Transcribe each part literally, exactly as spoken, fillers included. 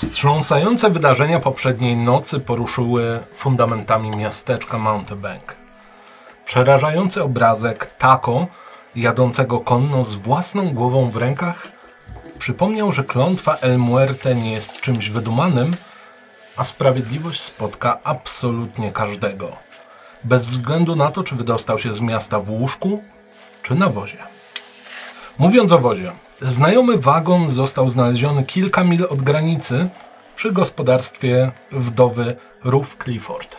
Wstrząsające wydarzenia poprzedniej nocy poruszyły fundamentami miasteczka Mountebank. Przerażający obrazek Taco, jadącego konno z własną głową w rękach, przypomniał, że klątwa El Muerte nie jest czymś wydumanym, a sprawiedliwość spotka absolutnie każdego, bez względu na to, czy wydostał się z miasta w łóżku, czy na wozie. Mówiąc o wozie, znajomy wagon został znaleziony kilka mil od granicy przy gospodarstwie wdowy Ruth Clifford.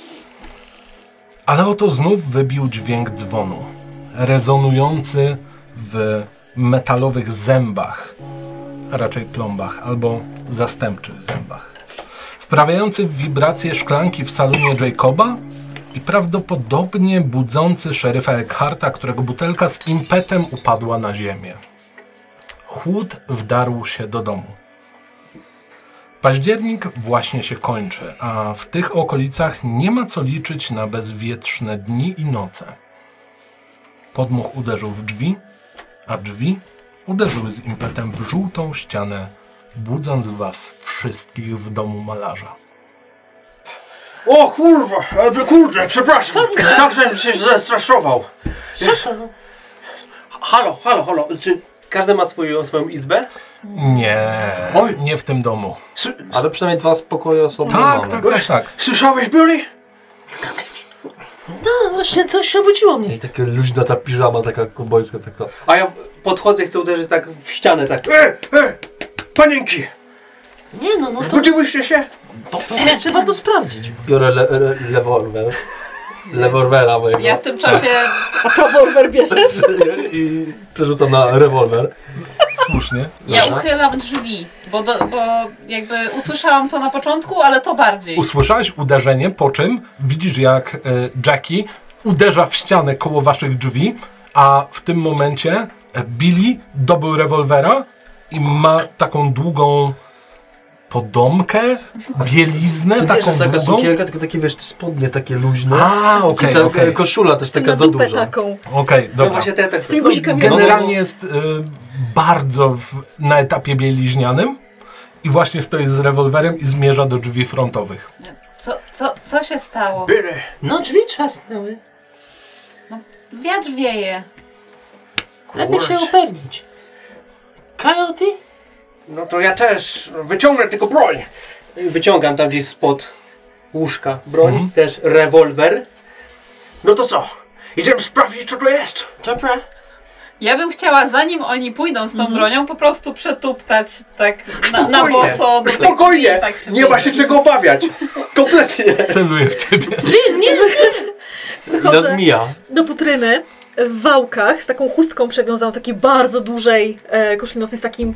Ale oto znów wybił dźwięk dzwonu, rezonujący w metalowych zębach, a raczej plombach albo zastępczych zębach, wprawiający w wibracje szklanki w salonie Jacoba i prawdopodobnie budzący szeryfa Eckharta, którego butelka z impetem upadła na ziemię. Chłód wdarł się do domu. Październik właśnie się kończy, a w tych okolicach nie ma co liczyć na bezwietrzne dni i noce. Podmuch uderzył w drzwi, a drzwi uderzyły z impetem w żółtą ścianę, budząc was wszystkich w domu malarza. O kurwa, e, kurde, przepraszam, tak żebym się zestraszował. Halo, halo, halo, czy każdy ma swoją, swoją izbę? Nie, Oj. nie w tym domu. S Ale przynajmniej dwa pokoje osobne Tak, mamy. tak, tak, tak. Słyszałeś, Billy? No właśnie, coś się obudziło mnie. I taka luźna ta piżama, taka kobojska, taka... A ja podchodzę i chcę uderzyć tak w ścianę, tak. E, e, panienki, Nie no, no to, budziłyście się? to, to trzeba to sprawdzić. Biorę le, le, lewolwer. Lewolwera mojego. Ja w tym czasie... A rewolwer bierzesz? I przerzucam na rewolwer. Słusznie. Ja uchylam drzwi, bo, do, bo jakby usłyszałam to na początku, ale to bardziej. Usłyszałeś uderzenie, po czym widzisz, jak e, Jackie uderza w ścianę koło waszych drzwi, a w tym momencie e, Billy dobył rewolwera i ma taką długą podomkę, bieliznę, To taką nie jest taka długą. sukienka, tylko takie, wiesz, spodnie takie luźne. A, I okej, ta okej. koszula też taka Na za dupę duża. taką. Okej, No dobra. właśnie, te, tak. Z tymi guzikami. Generalnie jest y, bardzo w, na etapie bieliźnianym i właśnie stoi z rewolwerem i zmierza do drzwi frontowych. Co, co, co się stało? Billy, No drzwi trzasnęły. Wiatr wieje. Lepiej się kurczę. upewnić. Coyote? No to ja też wyciągnę tylko broń. Wyciągam tam gdzieś spod łóżka broń, Mhm. też rewolwer. No to co? Idziemy sprawdzić, co to jest. Dobra. Ja bym chciała, zanim oni pójdą z tą bronią, po prostu przetuptać tak na, na Spokojnie, boso. do tych spokojnie. drzwi, tak się Nie ma się czego obawiać. Kompletnie. Celuję w ciebie. Nie, nie, nie. I na Wychodzę zmija. do futryny w wałkach z taką chustką przewiązaną, takiej bardzo dużej e, koszuli nocnej z takim...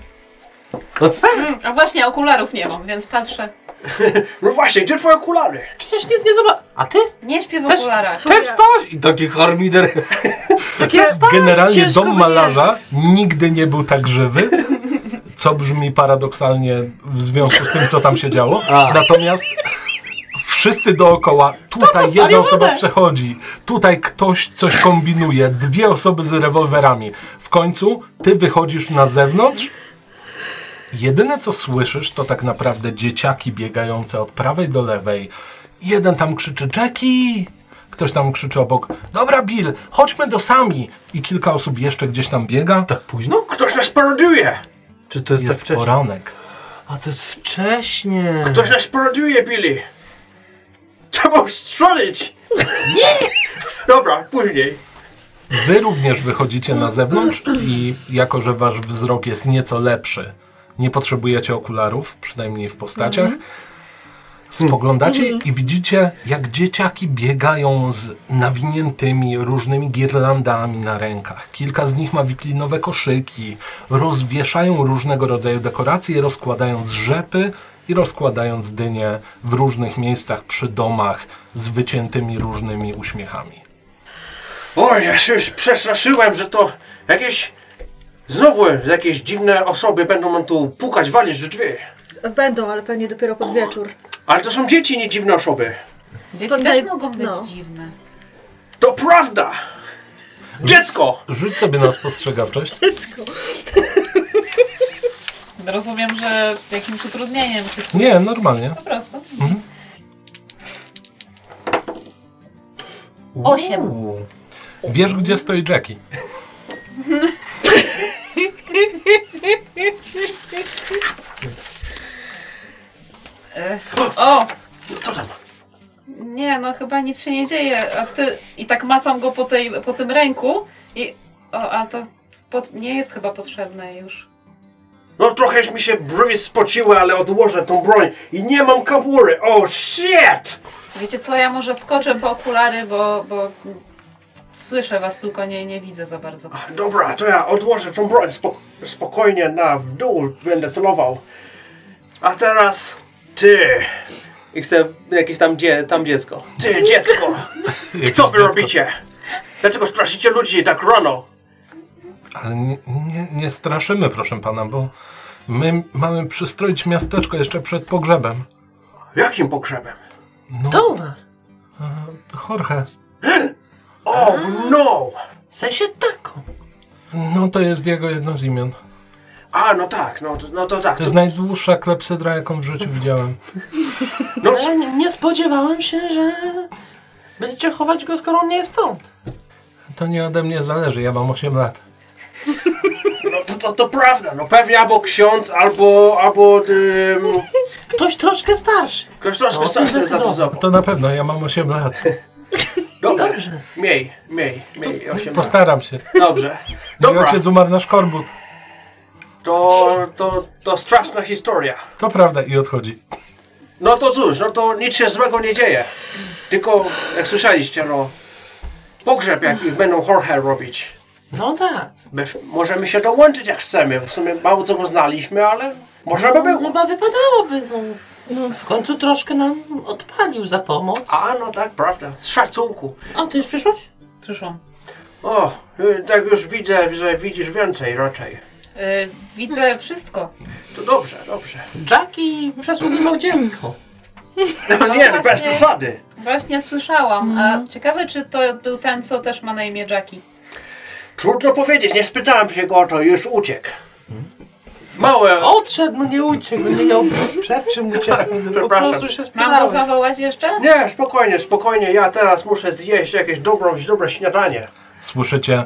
Mm, a właśnie okularów nie mam, więc patrzę. No właśnie, gdzie twoje okulary? Przecież nic nie zobacz... A ty? Nie śpię w Też- okularach. co Też ja? stałaś? I taki harmider. Takie Generalnie ciężko dom go malarza nigdy nie był tak żywy, co brzmi paradoksalnie w związku z tym, co tam się działo. A. Natomiast wszyscy dookoła, tutaj jedna osoba przechodzi, tutaj ktoś coś kombinuje, dwie osoby z rewolwerami. W końcu ty wychodzisz na zewnątrz. Jedyne co słyszysz to tak naprawdę dzieciaki biegające od prawej do lewej. Jeden tam krzyczy Jackie, ktoś tam krzyczy obok dobra Bill, chodźmy do Sami. I kilka osób jeszcze gdzieś tam biega. Tak późno? Ktoś nas parodiuje. Czy to jest, Jest tak wcześnie? poranek. A to jest wcześnie. Ktoś nas parodiuje, Billy. Trzeba strzelić. Nie. Dobra, później. Wy również wychodzicie na zewnątrz i jako, że wasz wzrok jest nieco lepszy, nie potrzebujecie okularów, przynajmniej w postaciach, spoglądacie i widzicie, jak dzieciaki biegają z nawiniętymi różnymi girlandami na rękach. Kilka z nich ma wiklinowe koszyki, rozwieszają różnego rodzaju dekoracje, rozkładając rzepy i rozkładając dynie w różnych miejscach przy domach z wyciętymi różnymi uśmiechami. Oj, ja się już przestraszyłem, że to jakieś... Znowu jakieś dziwne osoby będą nam tu pukać, walić w drzwi. Będą, ale pewnie dopiero pod wieczór. Ale to są dzieci, nie dziwne osoby. Dzieci To też naj- mogą być no. dziwne. To prawda! Dziecko! Rzuć sobie na spostrzegawczość. Dziecko. Rozumiem, że jakimś utrudnieniem czy coś. Nie, normalnie. Po prostu. Mhm. Osiem. Wiesz, gdzie stoi Jackie? E, o! Co tam? Nie, no chyba nic się nie dzieje, a ty... I tak macam go po, tej, po tym ręku i... O, a to pod, nie jest chyba potrzebne już. No trochę mi się brwi spociły, ale odłożę tą broń i nie mam kabury. Oh shit! Wiecie co, ja może skoczę po okulary, bo... bo słyszę was, tylko nie, nie widzę za bardzo. Dobra, to ja odłożę tą broń spok spokojnie na w dół będę celował. A teraz ty. I chcę jakieś tam, dzie tam dziecko. Ty, dziecko! Co wy robicie? Dlaczego straszycie ludzi tak rano? Ale nie, nie, nie straszymy, proszę pana, bo my mamy przystroić miasteczko jeszcze przed pogrzebem. Jakim pogrzebem? No, To umarł. Jorge. Oh no! W sensie taką. No to jest jego jedno z imion. A, no tak, no, to- no to tak. To jest najdłuższa klepsydra, jaką w życiu widziałem. No, No, ja nie, nie spodziewałem się, że będziecie chować go, skoro on nie jest stąd. To nie ode mnie zależy, ja mam osiem lat. no to, to, to prawda, no pewnie albo ksiądz, albo, albo ym, Ktoś troszkę starszy. ktoś troszkę No, starszy za to zdecydowanie. zabrał. To na pewno, ja mam osiem lat. Dobrze, Dobrze. miej, miej, miej, osiem lat. Postaram się. Dobrze, Mój dobra, ojciec umarł na szkorbut. to, to, to straszna historia. To prawda i odchodzi. No to cóż, no to nic się złego nie dzieje. Tylko, jak słyszeliście, no, pogrzeb jak ich będą Jorge robić. No tak. My możemy się dołączyć jak chcemy. W sumie mało co go znaliśmy, ale może by No, było. chyba wypadałoby. No. No, w końcu troszkę nam odpalił za pomoc. A, no tak, prawda. Z szacunku. O, ty już przyszłaś? Przyszłam. O, y, tak już widzę, że widzisz więcej raczej. Yy, widzę wszystko. To dobrze, dobrze. Jackie przesłuchiwał dziecko. No, No nie, no, bez właśnie. przesady. Właśnie słyszałam. A ciekawe, czy to był ten, co też ma na imię Jackie. Trudno powiedzieć, nie spytałem się go o to, już uciekł. Małe... Odszedł, no nie uciekł, no nie miał przed czym uciekł. Po Przepraszam. prostu się Mam go spytałem. zawołać jeszcze? Nie, spokojnie, spokojnie. Ja teraz muszę zjeść jakieś dobrą, dobre śniadanie. Słyszycie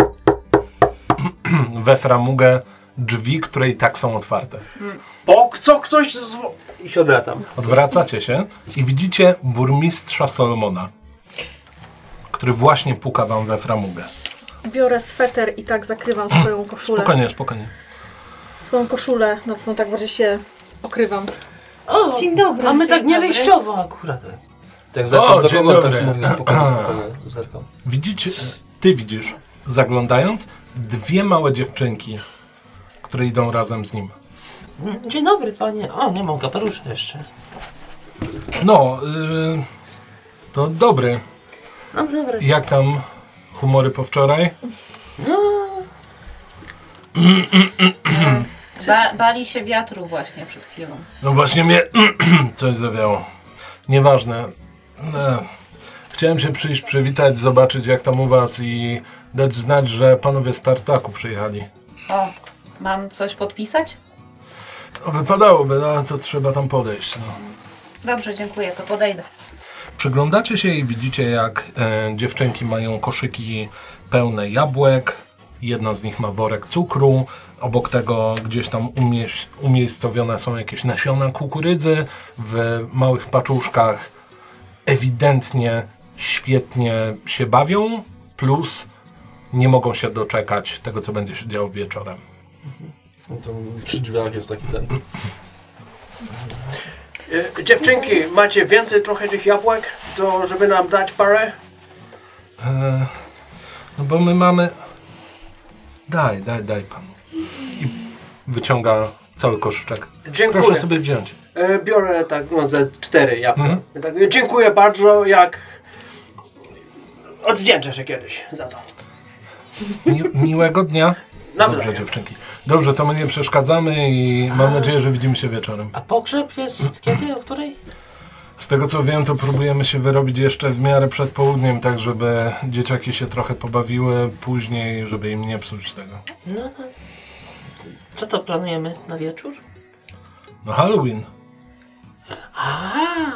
we framugę drzwi, które i tak są otwarte. Bo co ktoś... zwo- I się odwracam. Odwracacie się i widzicie burmistrza Solomona, który właśnie puka wam we framugę. Biorę sweter i tak zakrywam swoją koszulę. Spokojnie, spokojnie. Swoją koszulę nocną, tak bardziej się okrywam. O, Dzień dobry. a my tak Dzień nie dobry. wyjściowo akurat. Tak zerkam do dzień kogo, dobry. tak ci mówię spokojnie, spokojnie, zerkam. Widzicie, ty widzisz, zaglądając, dwie małe dziewczynki, które idą razem z nim. Dzień dobry, panie. O, nie mam kapelusza jeszcze. No, yy, to dobry. No dobra. Jak tam humory po wczoraj? No, Ba bali się wiatru właśnie przed chwilą. No właśnie mnie coś zawiało. Nieważne. E, Chciałem się przyjść, przywitać, zobaczyć jak tam u was i dać znać, że panowie z Tartaku przyjechali. O, mam coś podpisać? No, wypadałoby, no, ale to trzeba tam podejść. No. Dobrze, dziękuję, to podejdę. Przyglądacie się i widzicie, jak e, dziewczynki mają koszyki pełne jabłek. Jedna z nich ma worek cukru. Obok tego gdzieś tam umieś, umiejscowione są jakieś nasiona kukurydzy w małych paczuszkach. Ewidentnie świetnie się bawią, plus nie mogą się doczekać tego, co będzie się działo wieczorem. No to przy drzwiach jest taki ten... Y, dziewczynki, macie więcej trochę tych jabłek, to żeby nam dać parę? E, no bo my mamy... Daj, daj, daj panu. I wyciąga cały koszyczek. Dziękuję. Proszę sobie wziąć. E, biorę tak, no ze cztery jabłka. Mhm. Tak, e, dziękuję bardzo, jak... Odwdzięczę się kiedyś za to. Mi, miłego dnia. Nawzajem. Dobrze, dziewczynki. Dobrze, to my nie przeszkadzamy i mam nadzieję, że widzimy się wieczorem. a pogrzeb jest kiedy? O której? Z tego co wiem, to próbujemy się wyrobić jeszcze w miarę przed południem, tak żeby dzieciaki się trochę pobawiły później, żeby im nie psuć tego. No tak. Co to planujemy na wieczór? No Halloween. A,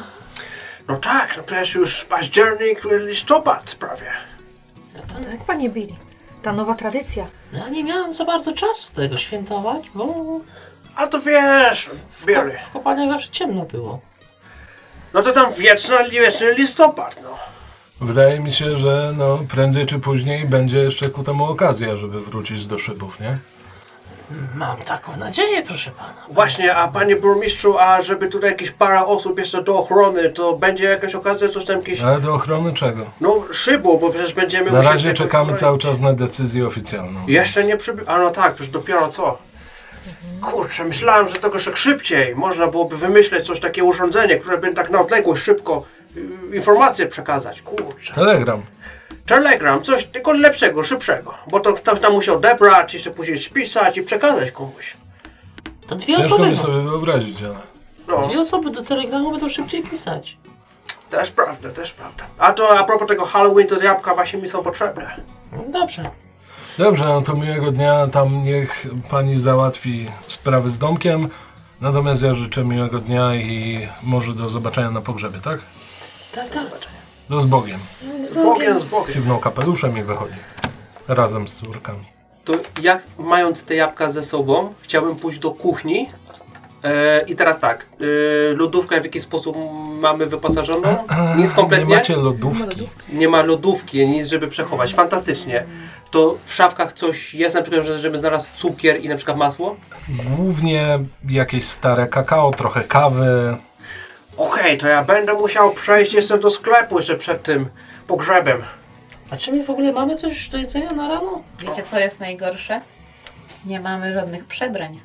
No tak, no przecież już październik, listopad prawie. ja to, Tak, panie Billy. Ta nowa tradycja. no ja nie miałem za bardzo czasu tego świętować, bo A to wiesz, Billy. w kopalniach zawsze ciemno było. No to tam wieczny, wieczny listopad, no. Wydaje mi się, że no, prędzej czy później będzie jeszcze ku temu okazja, żeby wrócić do szybów, nie? Mam taką nadzieję, proszę pana. Właśnie, a panie burmistrzu, a żeby tutaj jakieś para osób jeszcze do ochrony, to będzie jakaś okazja, coś tam jakieś... Ale do ochrony czego? No szybu, bo przecież będziemy... Na musieli razie tego czekamy ochronić. cały czas na decyzję oficjalną. Jeszcze nie przybył... A no tak, przecież dopiero co? Kurczę, myślałem, że tego jeszcze szybciej można byłoby wymyśleć coś takiego urządzenie, które by tak na odległość szybko y, informacje przekazać. Kurczę. Telegram. Telegram, coś tylko lepszego, szybszego. Bo to ktoś tam musi odebrać, jeszcze później spisać i przekazać komuś. To dwie Ciężko osoby, mi no. sobie wyobrazić, ale... No, Dwie osoby do telegramu będą szybciej pisać. też prawda, też prawda. A to a propos tego Halloween, to jabłka właśnie mi są potrzebne. No dobrze. Dobrze, no to miłego dnia. Tam niech pani załatwi sprawy z domkiem. Natomiast ja życzę miłego dnia i może do zobaczenia na pogrzebie, tak? Tak, tak. Do z Bogiem. Z Bogiem, z Bogiem. Kiwnął kapeluszem i wychodzi. Razem z córkami. To jak mając te jabłka ze sobą, chciałbym pójść do kuchni. E, I teraz tak, e, lodówkę w jaki sposób mamy wyposażoną? Nic kompletnie? Nie macie lodówki. Nie ma lodówki, nic żeby przechować. Fantastycznie. To w szafkach coś jest, na przykład, że- żeby znalazł cukier i na przykład masło? Głównie jakieś stare kakao, trochę kawy. Okej, to ja będę musiał przejść jeszcze do sklepu jeszcze przed tym pogrzebem. A czy my w ogóle mamy coś do jedzenia na rano? Wiecie, co jest najgorsze? Nie mamy żadnych przebrań.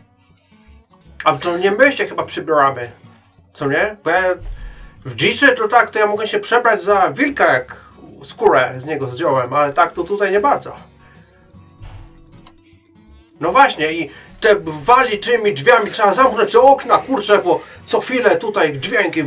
A to nie my się chyba przybieramy. Co nie? Bo ja w dziczy to tak, to ja mogę się przebrać za wilka, jak skórę z niego zdjąłem, ale tak to tutaj nie bardzo. No właśnie i te wali tymi drzwiami, trzeba zamknąć te okna, kurczę, bo co chwilę tutaj dźwięki.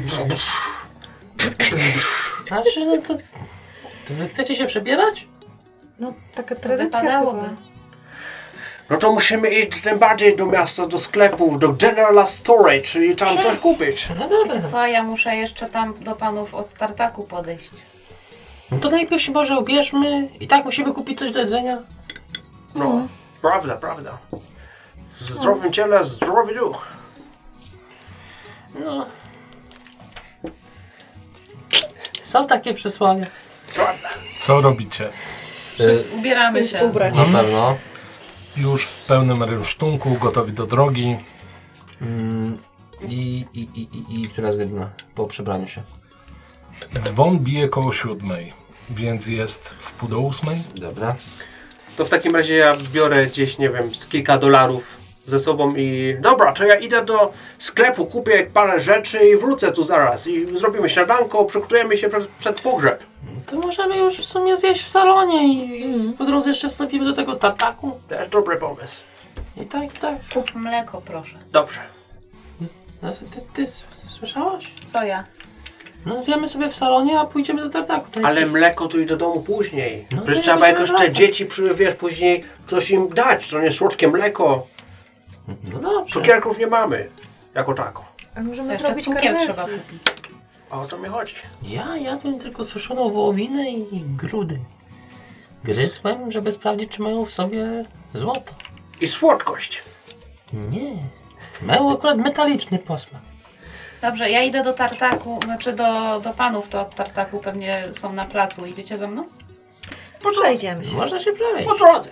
Znaczy, no to... To wy chcecie się przebierać? No, taka tradycja Wypadałoby. chyba. No to musimy iść tym bardziej do miasta, do sklepu, do General Storage i tam coś kupić. No dobra. Wiecie co, ja muszę jeszcze tam do panów od tartaku podejść. No to najpierw się może ubierzmy i tak musimy kupić coś do jedzenia. No, prawda, prawda. W zdrowym ciele, zdrowy duch. No. Są takie przysłowie. Prawda. Co robicie? Ubieramy Jest się. ubrać. Na pewno. Już w pełnym rynsztunku, gotowi do drogi. Mm, i, i, i, i, I która jest godzina po przebraniu się? Dzwon bije koło siódmej, więc jest w pół do ósmej. Dobra. To w takim razie ja biorę gdzieś, nie wiem, z kilka dolarów ze sobą i... Dobra, to ja idę do sklepu, kupię parę rzeczy i wrócę tu zaraz. I zrobimy śniadanko, przygotujemy się przed, przed pogrzeb. To możemy już w sumie zjeść w salonie i po drodze jeszcze wstąpimy do tego tartaku. To jest dobry pomysł. I tak, i tak. Kup mleko, proszę. Dobrze. No, ty, ty s- słyszałaś? Co ja? No zjemy sobie w salonie, a pójdziemy do tartaku. Tak? Ale mleko to i do domu później. No Przecież to trzeba ja jakoś będziemy te wracać. dzieci, przy- wiesz, później coś im dać. To nie słodkie mleko. No dobrze. Cukierków nie mamy. Jako tako. A możemy Jeszcze zrobić cukier karmelki. trzeba kupić. A o to mi chodzi. Ja jadłem tylko suszoną wołowinę i grudy. Gryzłem, żeby sprawdzić, czy mają w sobie złoto. I słodkość. Nie. Mają akurat metaliczny posmak. Dobrze, ja idę do tartaku, znaczy do, do panów, to od tartaku pewnie są na placu. Idziecie ze mną? Przejdziemy się. Można się przejść. Po drodze.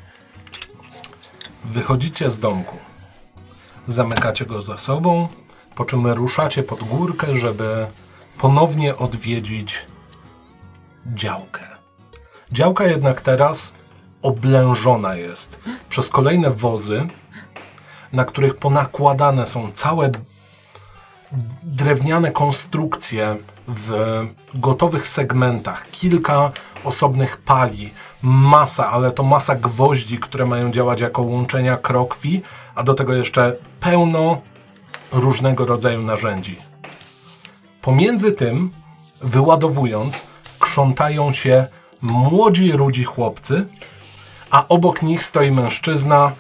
Wychodzicie z domku. Zamykacie go za sobą, po czym ruszacie pod górkę, żeby ponownie odwiedzić działkę. Działka jednak teraz oblężona jest przez kolejne wozy, na których ponakładane są całe drewniane konstrukcje w gotowych segmentach, kilka osobnych pali, masa, ale to masa gwoździ, które mają działać jako łączenia krokwi, a do tego jeszcze pełno różnego rodzaju narzędzi. Pomiędzy tym, wyładowując, krzątają się młodzi, rudzi chłopcy, a obok nich stoi mężczyzna w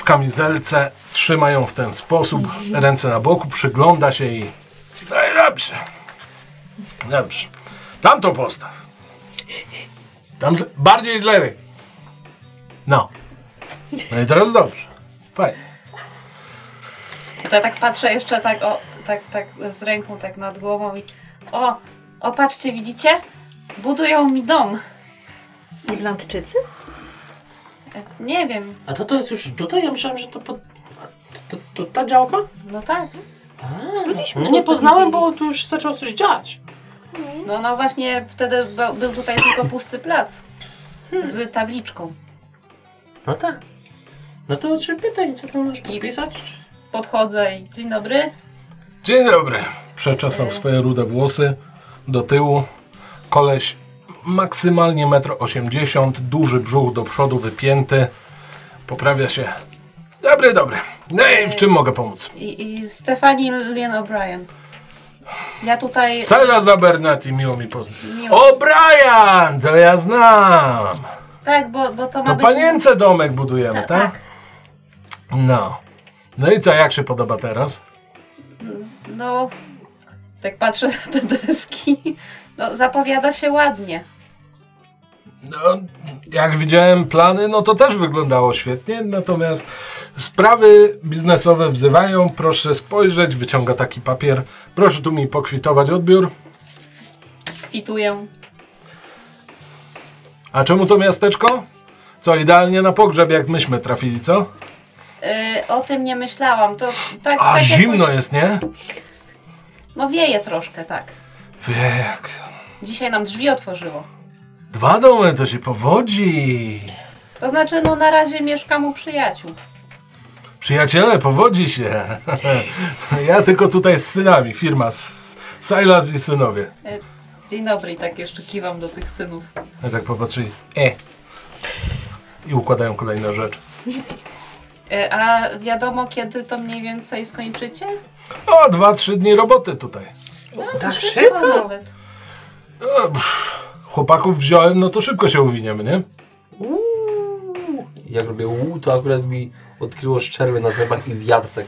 w kamizelce, trzyma ją w ten sposób, ręce na boku, przygląda się i... No i dobrze. Dobrze. Tam to postaw. Tam z... bardziej z lewej. No. No i teraz dobrze. Fajnie. To ja tak patrzę jeszcze tak, o, tak, tak z ręką tak nad głową i o, o patrzcie, widzicie? Budują mi dom. Irlandczycy? E, Nie wiem, A to to jest już tutaj? Ja myślałem, że to pod... To, to ta działka? no tak. No nie poznałem, bo tu już zaczęło coś dziać. No, no właśnie wtedy był, był tutaj tylko pusty plac z tabliczką. No tak. No to się pytaj, co tam masz podpisać? Podchodzę i dzień dobry. Dzień dobry. Przeczesał swoje rude włosy do tyłu. Koleś maksymalnie metr osiemdziesiąt, duży brzuch do przodu wypięty. Poprawia się. Dobry, dobry. No i w czym mogę pomóc? I, i Stephanie Lynn O'Brien. Ja tutaj... Silas Abernathy, miło mi poznać. Miło. O, Brian! To ja znam. Tak, bo, bo to ma To być... panience domek budujemy, Ta- tak? tak. No. No i co, jak się podoba teraz? No, tak patrzę na te deski. No, zapowiada się ładnie. No, jak widziałem plany, no to też wyglądało świetnie, natomiast sprawy biznesowe wzywają. Proszę spojrzeć, wyciąga taki papier. Proszę tu mi pokwitować odbiór. Kwituję. A czemu to miasteczko? Co, idealnie na pogrzeb, jak myśmy trafili, co? Yy, o tym nie myślałam. To tak, A tak zimno jakoś... jest, nie? No wieje troszkę, tak. Wie jak. Dzisiaj nam drzwi otworzyło. Dwa domy, to się powodzi. To znaczy, no na razie mieszkam u przyjaciół. Przyjaciele, powodzi się. Ja tylko tutaj z synami, firma S- Silas i synowie. Yy, dzień dobry i tak jeszcze kiwam do tych synów. Ja tak popatrzyli. E. I układają kolejną rzecz. Yy, a wiadomo, kiedy to mniej więcej skończycie? O, dwa, trzy dni roboty tutaj. Tak Szybko szybko? nawet. O, pff, chłopaków wziąłem, no to szybko się uwiniemy, nie? Uuu. Jak robię uuu, to akurat mi odkryło szczerby na zębach i wiatr tak.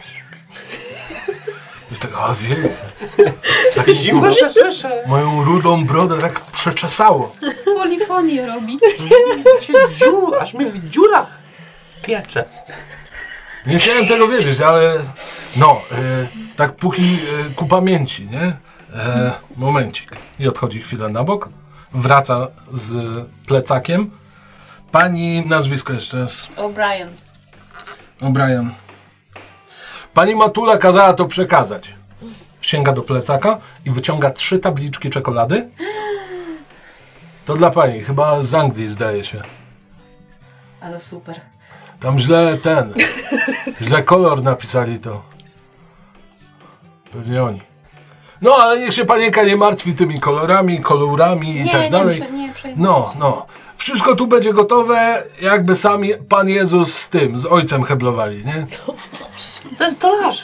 Jest tak, a wie. Tak Zimno się słyszę. moją rudą brodę tak przeczesało. Polifonię robi. Się dziur, aż mnie w dziurach piecze. Nie chciałem tego wiedzieć, ale no, y, tak póki y, ku pamięci, nie? E, momencik. I odchodzi chwilę na bok. Wraca z plecakiem. Pani, nazwisko jeszcze raz. O'Brien. O'Brien. Pani Matula kazała to przekazać. Sięga do plecaka i wyciąga trzy tabliczki czekolady. To dla pani, chyba z Anglii zdaje się. Ale super. Tam źle ten, źle kolor napisali to. Pewnie oni. No, ale niech się panienka nie martwi tymi kolorami, kolorami i Nie, tak nie, dalej. prze- nie przejmuj No, się. no. Wszystko tu będzie gotowe, jakby sam Je- Pan Jezus z tym, z ojcem heblowali, nie? Ze stolarzy.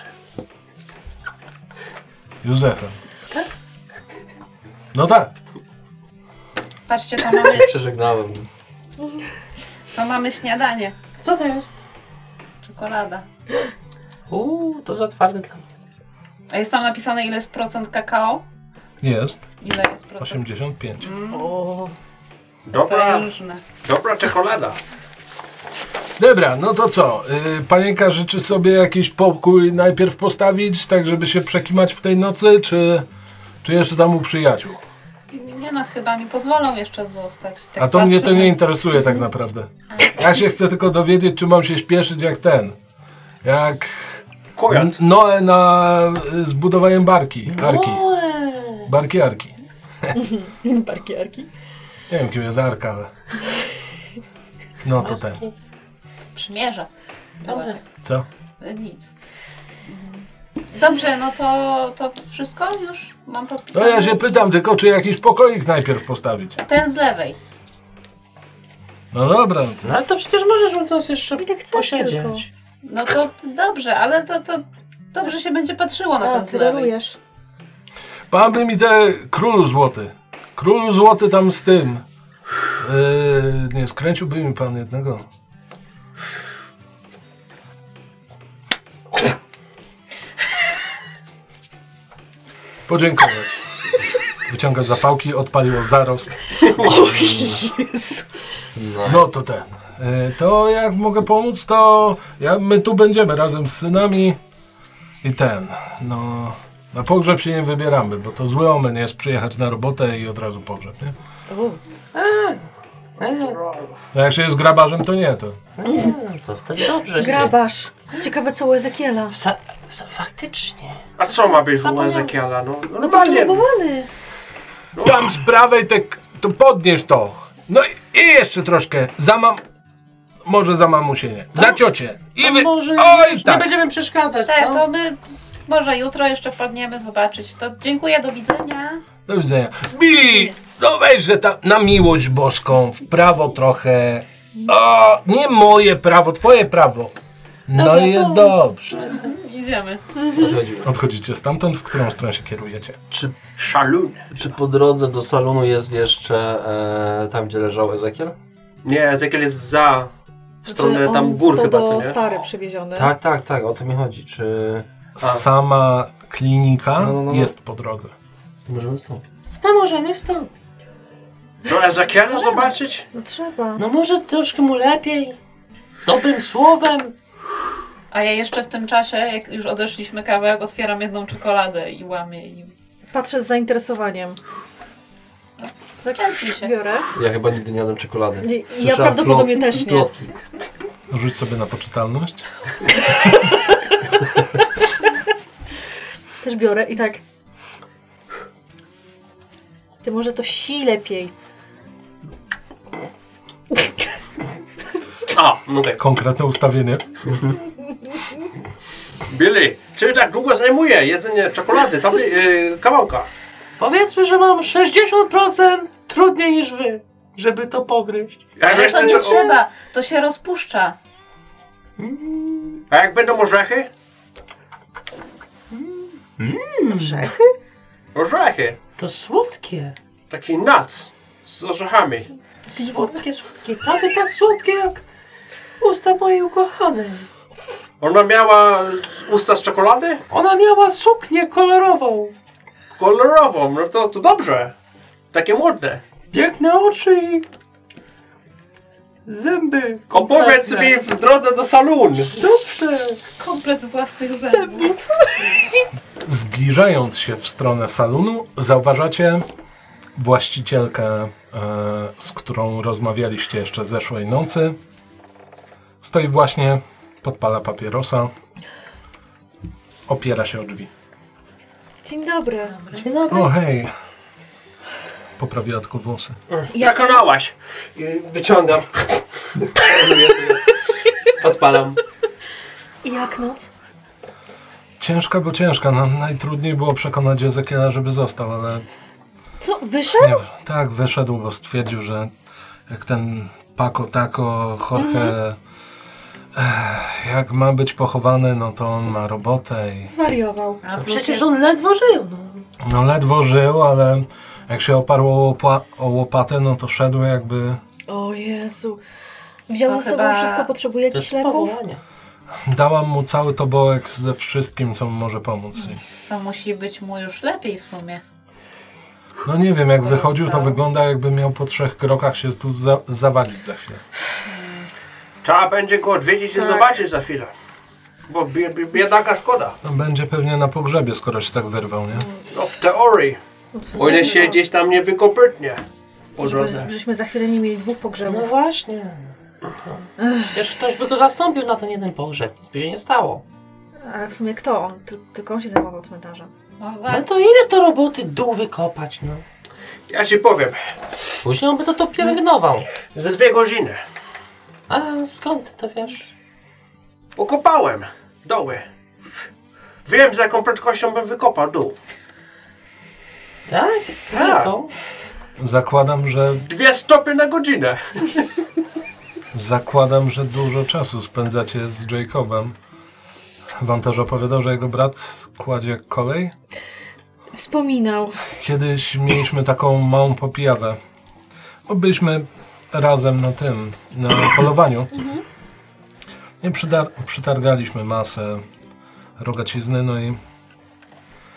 Józefem. No tak. Patrzcie, to mamy, Przeżegnałem. to mamy śniadanie. Co to jest? Czekolada. Uuu, to za twarde dla mnie. A jest tam napisane, ile jest procent kakao? Jest. Ile jest procent? osiemdziesiąt pięć. O, Dobra, Różne. dobra czekolada. Dobra, no to co? Yy, panienka życzy sobie jakiś pokój najpierw postawić, tak żeby się przekimać w tej nocy, czy, czy jeszcze tam u przyjaciół? Nie no, chyba mi pozwolą jeszcze zostać. Tak A to mnie to patrzę nie na- interesuje tak naprawdę. Ja się chcę tylko dowiedzieć, czy mam się śpieszyć jak ten. Jak Kujat. Noe na y, zbudowaniem barki. Arki. Barki Arki. parkiarki. Nie wiem, kim jest Arka, ale... No to ten. Przymierza. Dobrze. Co? E, Nic. Dobrze, no to, to wszystko już mam No podpisane. ja się pytam tylko, czy jakiś pokoik najpierw postawić. Ten z lewej. No dobra. No ale to przecież możesz u nas jeszcze Ile chcesz posiedzieć. tylko. No to dobrze, ale to, to dobrze się będzie patrzyło na A, ten z lewej. sugerujesz. Pan by mi te królu złoty. Królu złoty tam z tym. Yy, nie, skręciłby mi pan jednego. podziękować. Wyciąga zapałki, odpaliło zarost. No to ten. To jak mogę pomóc, to ja, my tu będziemy razem z synami i ten. No, na pogrzeb się nie wybieramy, bo to zły omen jest przyjechać na robotę i od razu pogrzeb, nie? A jak się jest grabarzem, to nie, to. Nie, to wtedy dobrze. Grabarz. Ciekawe co u Ezekiela. Wsa- wsa- faktycznie. A co ma być u Ezekiela? No, No normalnie. poturbowany. Tam z prawej te, to podnieś to. No i, i jeszcze troszkę. Za mam... Może za mamusię nie. Za ciocię. I To wy... może Oj, nie tak. będziemy przeszkadzać, Tak, co? to my może jutro jeszcze wpadniemy zobaczyć. To dziękuję, do widzenia. Do widzenia. Billy, no weź, że ta, na miłość boską, w prawo trochę. O, nie moje prawo, twoje prawo. No Dobra, i jest to- dobrze. Idziemy. Odchodzimy. Odchodzicie stamtąd, w którą stronę się kierujecie? Czy, Szalun. czy po drodze do salonu jest jeszcze e, tam, gdzie leżał Ezekiel? Nie, Ezekiel jest za... W stronę Znaczy, tam on gór został chyba, co do nie? Sary przywieziony. Tak, tak, tak, o to mi chodzi. Czy Sama klinika No, no, no. jest po drodze. możemy wstąpić? No możemy wstąpić. Do Ezekiela zobaczyć? No trzeba. No może troszkę mu lepiej. Dobrym słowem. A ja jeszcze w tym czasie, jak już odeszliśmy kawałek, otwieram jedną czekoladę i łamię i... Patrzę z zainteresowaniem. Tak, się. biorę. Ja chyba nigdy nie jadłem czekolady. Nie, ja Słyszałem prawdopodobnie plot- też nie. Plotki. Rzuć sobie na poczytalność. Też biorę i tak. Ty może to si lepiej. A, no tak. Konkretne ustawienie. Billy, czy tak długo zajmuje jedzenie czekolady, tam, yy, kawałka? Powiedzmy, że mam sześćdziesiąt procent trudniej niż wy, żeby to pogryźć. Jak Ale to jeszcze nie to- trzeba, to się rozpuszcza. A jak będą orzechy? Orzechy? Orzechy. To słodkie. Taki nuts z orzechami. Słodkie, słodkie. Prawie tak słodkie jak usta mojej ukochanej. Ona miała usta z czekolady? Ona miała suknię kolorową. Kolorową, no to, to dobrze. Takie modne. Piękne oczy i zęby. Opowiedz kompletne. mi w drodze do salonu. Dobrze. Komplet z własnych zębów. Zbliżając się w stronę salonu, zauważacie właścicielkę, e, z którą rozmawialiście jeszcze zeszłej nocy. Stoi właśnie, podpala papierosa, opiera się o drzwi. Dzień dobry. Dzień dobry. O hej, poprawiła tylko włosy. Jak Przekonałaś. I wyciągam. Odpalam. I jak noc? Ciężka, bo ciężka. No, najtrudniej było przekonać Ezekiela, żeby został, ale Co, wyszedł? nie, tak wyszedł, bo stwierdził, że jak ten Paco Taco Jorge ech, jak ma być pochowany, no to on ma robotę i Zwariował. A No plus przecież jest- on ledwo żył. No. no ledwo żył, ale jak się oparł o, łopa- o łopatę, no to szedł jakby O Jezu. Wziął To ze sobą chyba- wszystko, potrzebuje To jest jakichś leków? powołanie. dałam mu cały tobołek ze wszystkim, co mu może pomóc. I To musi być mu już lepiej w sumie. no nie wiem, jak Skoro wychodził, to wstał. wygląda jakby miał po trzech krokach się tu za- zawalić za chwilę. Trzeba będzie go odwiedzić Tak. i zobaczyć za chwilę. Bo bie- bie- biedaka szkoda. No, będzie pewnie na pogrzebie, skoro się tak wyrwał, nie? No w teorii. O ile się gdzieś tam nie wykopytnie. Po drodze. Żeby, żeśmy za chwilę nie mieli dwóch No pogrzebów. właśnie. To... Wiesz, ktoś by go zastąpił na ten jeden pogrzeb. Nic by się nie stało. Ale w sumie kto? On, ty, tylko on się zajmował cmentarzem. No, No to ile to roboty dół wykopać, no. Ja ci powiem. Później on by to, to pielęgnował. Ze dwie godziny. A skąd ty to wiesz? Pokopałem doły. Wiem, z jaką prędkością bym wykopał dół. Tak? Tak. Jaką? Zakładam, że Dwie stopy na godzinę. zakładam, że dużo czasu spędzacie z Jacobem. Wam też opowiadał, że jego brat kładzie kolej? Wspominał. Kiedyś mieliśmy taką małą popijawę. Bo byliśmy razem na tym, na polowaniu. I przyda- przytargaliśmy masę rogacizny, no i ten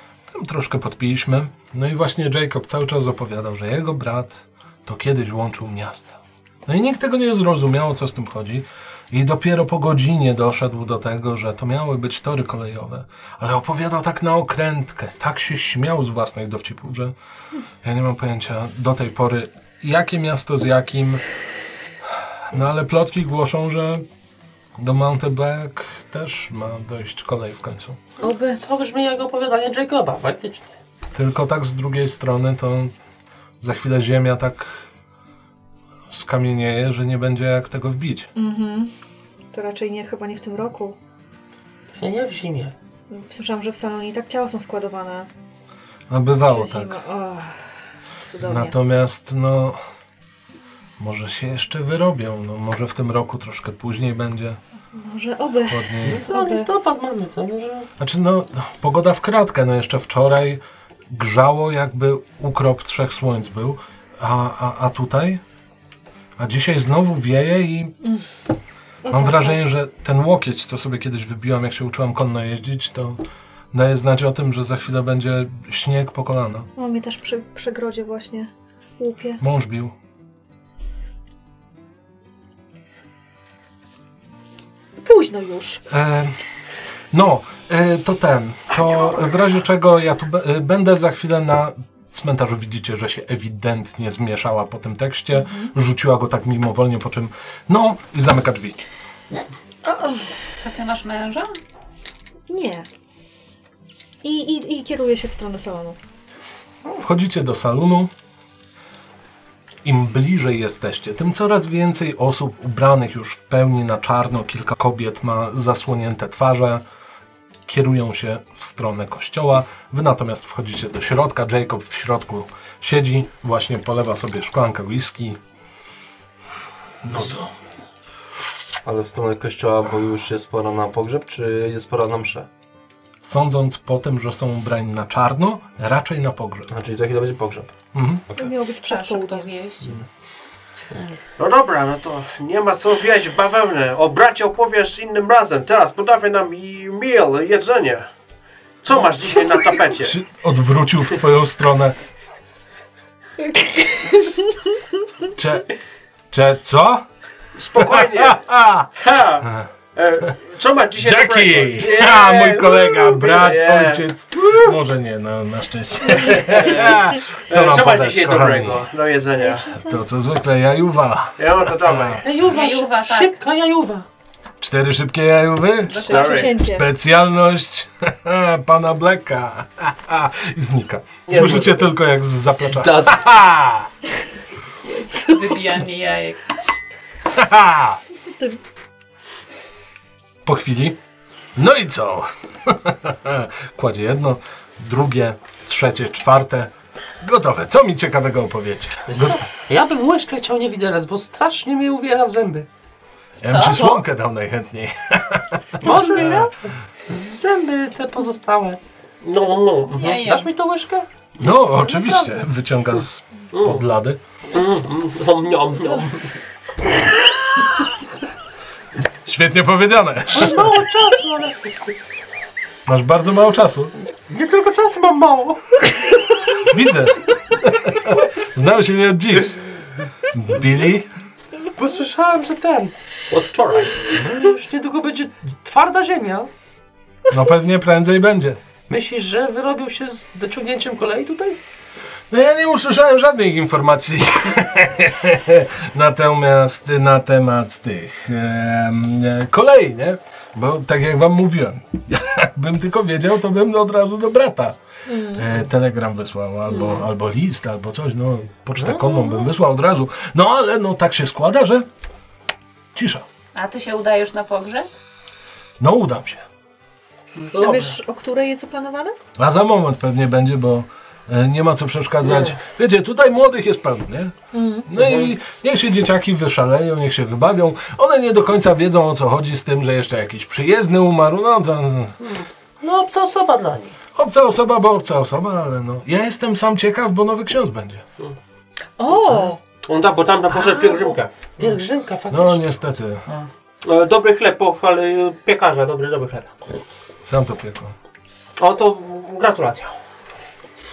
tam troszkę podpiliśmy. No i właśnie Jacob cały czas opowiadał, że jego brat to kiedyś łączył miasta. No i nikt tego nie zrozumiał, o co z tym chodzi. I dopiero po godzinie doszedł do tego, że to miały być tory kolejowe. Ale opowiadał tak na okrętkę, tak się śmiał z własnych dowcipów, że ja nie mam pojęcia do tej pory, jakie miasto z jakim. No ale plotki głoszą, że do Mountebank też ma dojść kolej w końcu. Oby. To brzmi jak opowiadanie Jacoba, faktycznie. Tylko tak z drugiej strony to za chwilę ziemia tak skamienieje, że nie będzie jak tego wbić. Mhm. To raczej nie, chyba nie w tym roku. Ja nie w zimie. Słyszałam, że w salonie i tak ciała są składowane. No bywało Przez tak. zimę. Och, cudownie. Natomiast no może się jeszcze wyrobią. No, może w tym roku troszkę później będzie Może oby. chłodniej. Co, listopad mamy, to może... Znaczy no pogoda w kratkę. No jeszcze wczoraj grzało jakby ukrop trzech słońc był. A, a, a tutaj? A dzisiaj znowu wieje i O, mam tak, wrażenie, że ten łokieć, co sobie kiedyś wybiłam, jak się uczyłam konno jeździć, to daje znać o tym, że za chwilę będzie śnieg po kolana. O, mnie też przy przegrodzie właśnie łupie. Mąż bił. Późno już. E, no, e, to ten. To w razie czego ja tu be, e, będę za chwilę na cmentarzu. Widzicie, że się ewidentnie zmieszała po tym tekście. Mhm. Rzuciła go tak mimowolnie, po czym no i zamyka drzwi. A ty masz męża? Nie. I, i, I kieruję się w stronę salonu. Wchodzicie do salonu. Im bliżej jesteście, tym coraz więcej osób ubranych już w pełni na czarno. Kilka kobiet ma zasłonięte twarze. Kierują się w stronę kościoła. Wy natomiast wchodzicie do środka. Jacob w środku siedzi. Właśnie polewa sobie szklankę whisky. No to... Ale w stronę kościoła, bo już jest pora na pogrzeb, czy jest pora na mszę? Sądząc po tym, że są ubrani na czarno, raczej na pogrzeb. A czyli za chwilę będzie pogrzeb. Mhm. To miało być Trzeba przed szybko południem. zjeść. No dobra, no to nie ma co wieść bawełnę. O bracie opowiesz innym razem. Teraz podawaj nam i meal, jedzenie. Co masz dzisiaj na tapecie? Się odwrócił w twoją stronę. Cze... Cze... co? Spokojnie. Ha! E, co masz dzisiaj Jackie! dobrego? Ha, Yeah! mój kolega, brat, Yeah! ojciec. Może nie, no na szczęście. Co E, mam co masz podać, dzisiaj kochani? dobrego do jedzenia? To co zwykle, jajuwa. Ja no to dawaj. Jajuwa, Jajuwa, tak. szybka jajuwa. Cztery szybkie jajówy. Przecięcie. Specjalność pana Blacka. I znika. Słyszycie tylko jak z zaplecza. Wybijanie jajek. Po chwili. No i co? Kładzie jedno, drugie, trzecie, czwarte. Gotowe. Co mi ciekawego opowiecie? Go... Ja bym łyżkę chciał nie widelec, bo strasznie mnie uwiera w zęby. Ja bym Co? ci słomkę dał najchętniej. Może ja? Zęby te pozostałe. No, no. Ja jem. Dasz mi tą łyżkę? No, oczywiście. Wyciąga z pod lady. Nom, nom, nom. Świetnie powiedziane. Mam mało czasu, ale... Masz bardzo mało czasu. Nie tylko czasu mam mało. Widzę. Znamy się nie od dziś. Billy? Bo słyszałem, że ten... Od wczoraj. no Już niedługo będzie twarda ziemia. No pewnie prędzej będzie. Myślisz, że wyrobił się z dociągnięciem kolei tutaj? No ja nie usłyszałem żadnych informacji natomiast na temat tych em, kolei, nie? Bo tak jak wam mówiłem, jakbym tylko wiedział, to bym od razu do brata e, telegram wysłał, albo, mm. albo list, albo coś, no pocztę No, konną no, bym no. wysłał od razu. No ale no tak się składa, że cisza. A ty się udajesz na pogrzeb? No udam się. A wiesz, o której jest zaplanowane? A za moment pewnie będzie, bo e, nie ma co przeszkadzać. Nie. Wiecie, tutaj młodych jest pełno, nie? No i niech się dzieciaki wyszaleją, niech się wybawią. One nie do końca wiedzą, o co chodzi z tym, że jeszcze jakiś przyjezdny umarł. No, co, No obca osoba dla nich. obca osoba, bo obca osoba, ale no. Ja jestem sam ciekaw, bo nowy ksiądz będzie. O! On da, bo tam na poszedł pielgrzymkę. Pielgrzymka faktycznie. No niestety, E, Dobry chleb, pochwal piekarza, dobry, dobry chleb. sam to piekło. O, to gratulacje.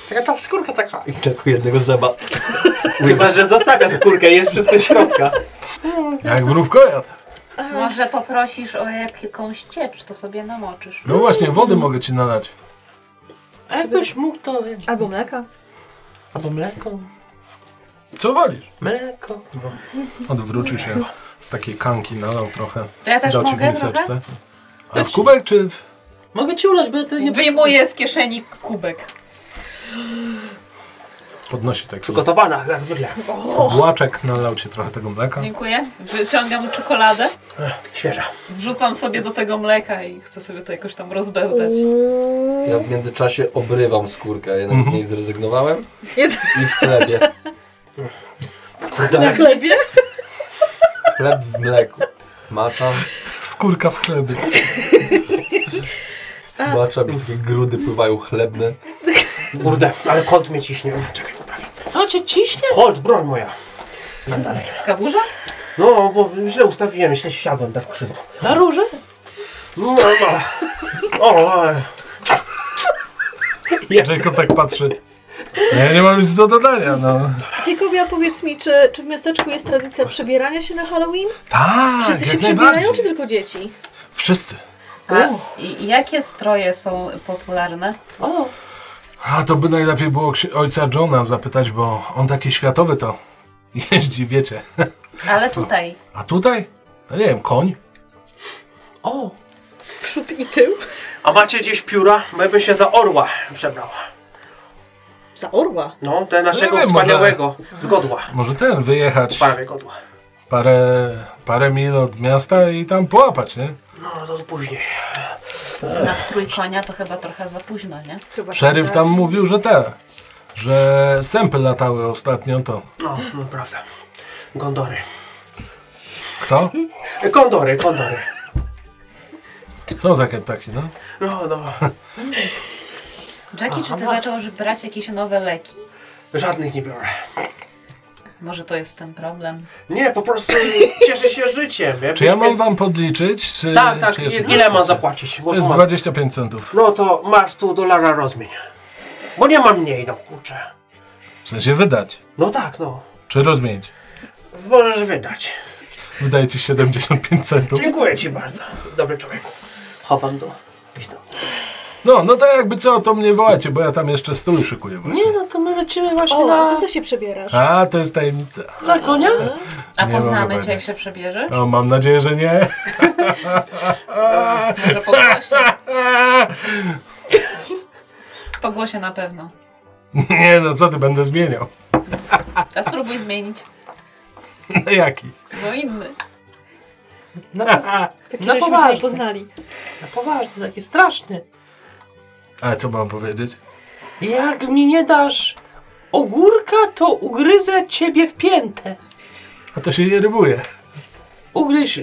Taka ta skórka taka. I czeku jednego zęba. Chyba, że zostawiasz skórkę i jest wszystko z środka. Jak mrówkojad. Może poprosisz o jakąś ciecz, to sobie namoczysz. No właśnie, wody mogę ci nalać. Jakbyś mógł to... Albo mleka. Albo mleko. Co wolisz? Mleko. Odwrócił się z takiej kanki, nalał trochę. To ja też Dał ci w mogę miseczce. trochę? A w kubek czy w... Mogę ci ulać, bo ja to nie... Wyjmuję z kieszeni kubek. Podnosi taki Przygotowana, jak zwykle. obłaczek, nalał ci trochę tego mleka. Dziękuję. Wyciągam czekoladę, Świeża. wrzucam sobie do tego mleka i chcę sobie to jakoś tam rozbełtać. Ja w międzyczasie obrywam skórkę, jednak Mhm. z niej zrezygnowałem. Jed- I w chlebie. Na chlebie? Chleb w mleku. Maczam. Skórka w chlebie. Maczam i takie grudy pływają chlebne. Kurde, ale Colt mnie ciśnie. Czekaj, poprawię. Co cię ciśnie? Colt, broń moja. No dalej. Kaburza? No, bo źle ustawiłem, źle siadłem tak krzywo. Na róże? No, no. O, ale... Jacob tak patrzy. Ja nie mam nic do dodania, no. Jacobia, powiedz mi, czy, czy w miasteczku jest tradycja przebierania się na Halloween? Tak, Wszyscy się jak przebierają, najbardziej. czy tylko dzieci? Wszyscy. A i jakie stroje są popularne? O, A to by najlepiej było ksi- ojca Johna zapytać, bo on taki światowy to jeździ, wiecie. Ale tutaj. A tutaj? No nie wiem, koń? o. Przód i tył? A macie gdzieś pióra? Bo ja bym się za orła przebrał. Za orła. No, te naszego wiem, wspaniałego z godła. Może ten wyjechać Prawie godła. parę, parę mil od miasta i tam połapać, nie? No, to później. Na strój konia to chyba trochę za późno, nie? Chyba Szeryf tak. tam mówił, że te, że sępy latały ostatnio, to No, no prawda. Gondory. kto? Kondory, kondory. Są takie ptaki, no. No, no. Jackie, czy ty zacząłeś brać jakieś nowe leki? Żadnych nie biorę. Może to jest ten problem. Nie, po prostu cieszę się życiem. Czy ja mam wam podliczyć, czy... Tak, tak. czy jeszcze Ile coś mam chcecie? zapłacić? Bo To jest mam- dwadzieścia pięć centów. No to masz tu dolara rozmień. Bo nie mam mniej, no kurczę. W sensie wydać, No tak, no. czy rozmienić. Możesz wydać. Wydaje ci siedemdziesiąt pięć centów. Dziękuję ci bardzo. Dobry człowieku. Chowam do... gdzieś tam. No, no tak jakby co, to mnie wołacie, bo ja tam jeszcze stół szykuję właśnie. Nie no, to my lecimy właśnie O, a na... za co się przebierasz? A, to jest tajemnica. Za konia? A Nie poznamy mogę cię, jak powiedzieć. się przebierzesz? No, mam nadzieję, że nie. Może po głosie. Po głosie na pewno. Nie no, co ty, będę zmieniał. A spróbuj zmienić. No jaki? No inny. Na, Taki, na żeśmy się nie poważnie. poznali. na poważnie, taki straszny. A co mam powiedzieć? Jak mi nie dasz ogórka, to ugryzę ciebie w piętę. A to się nie rybuje. Ugryź.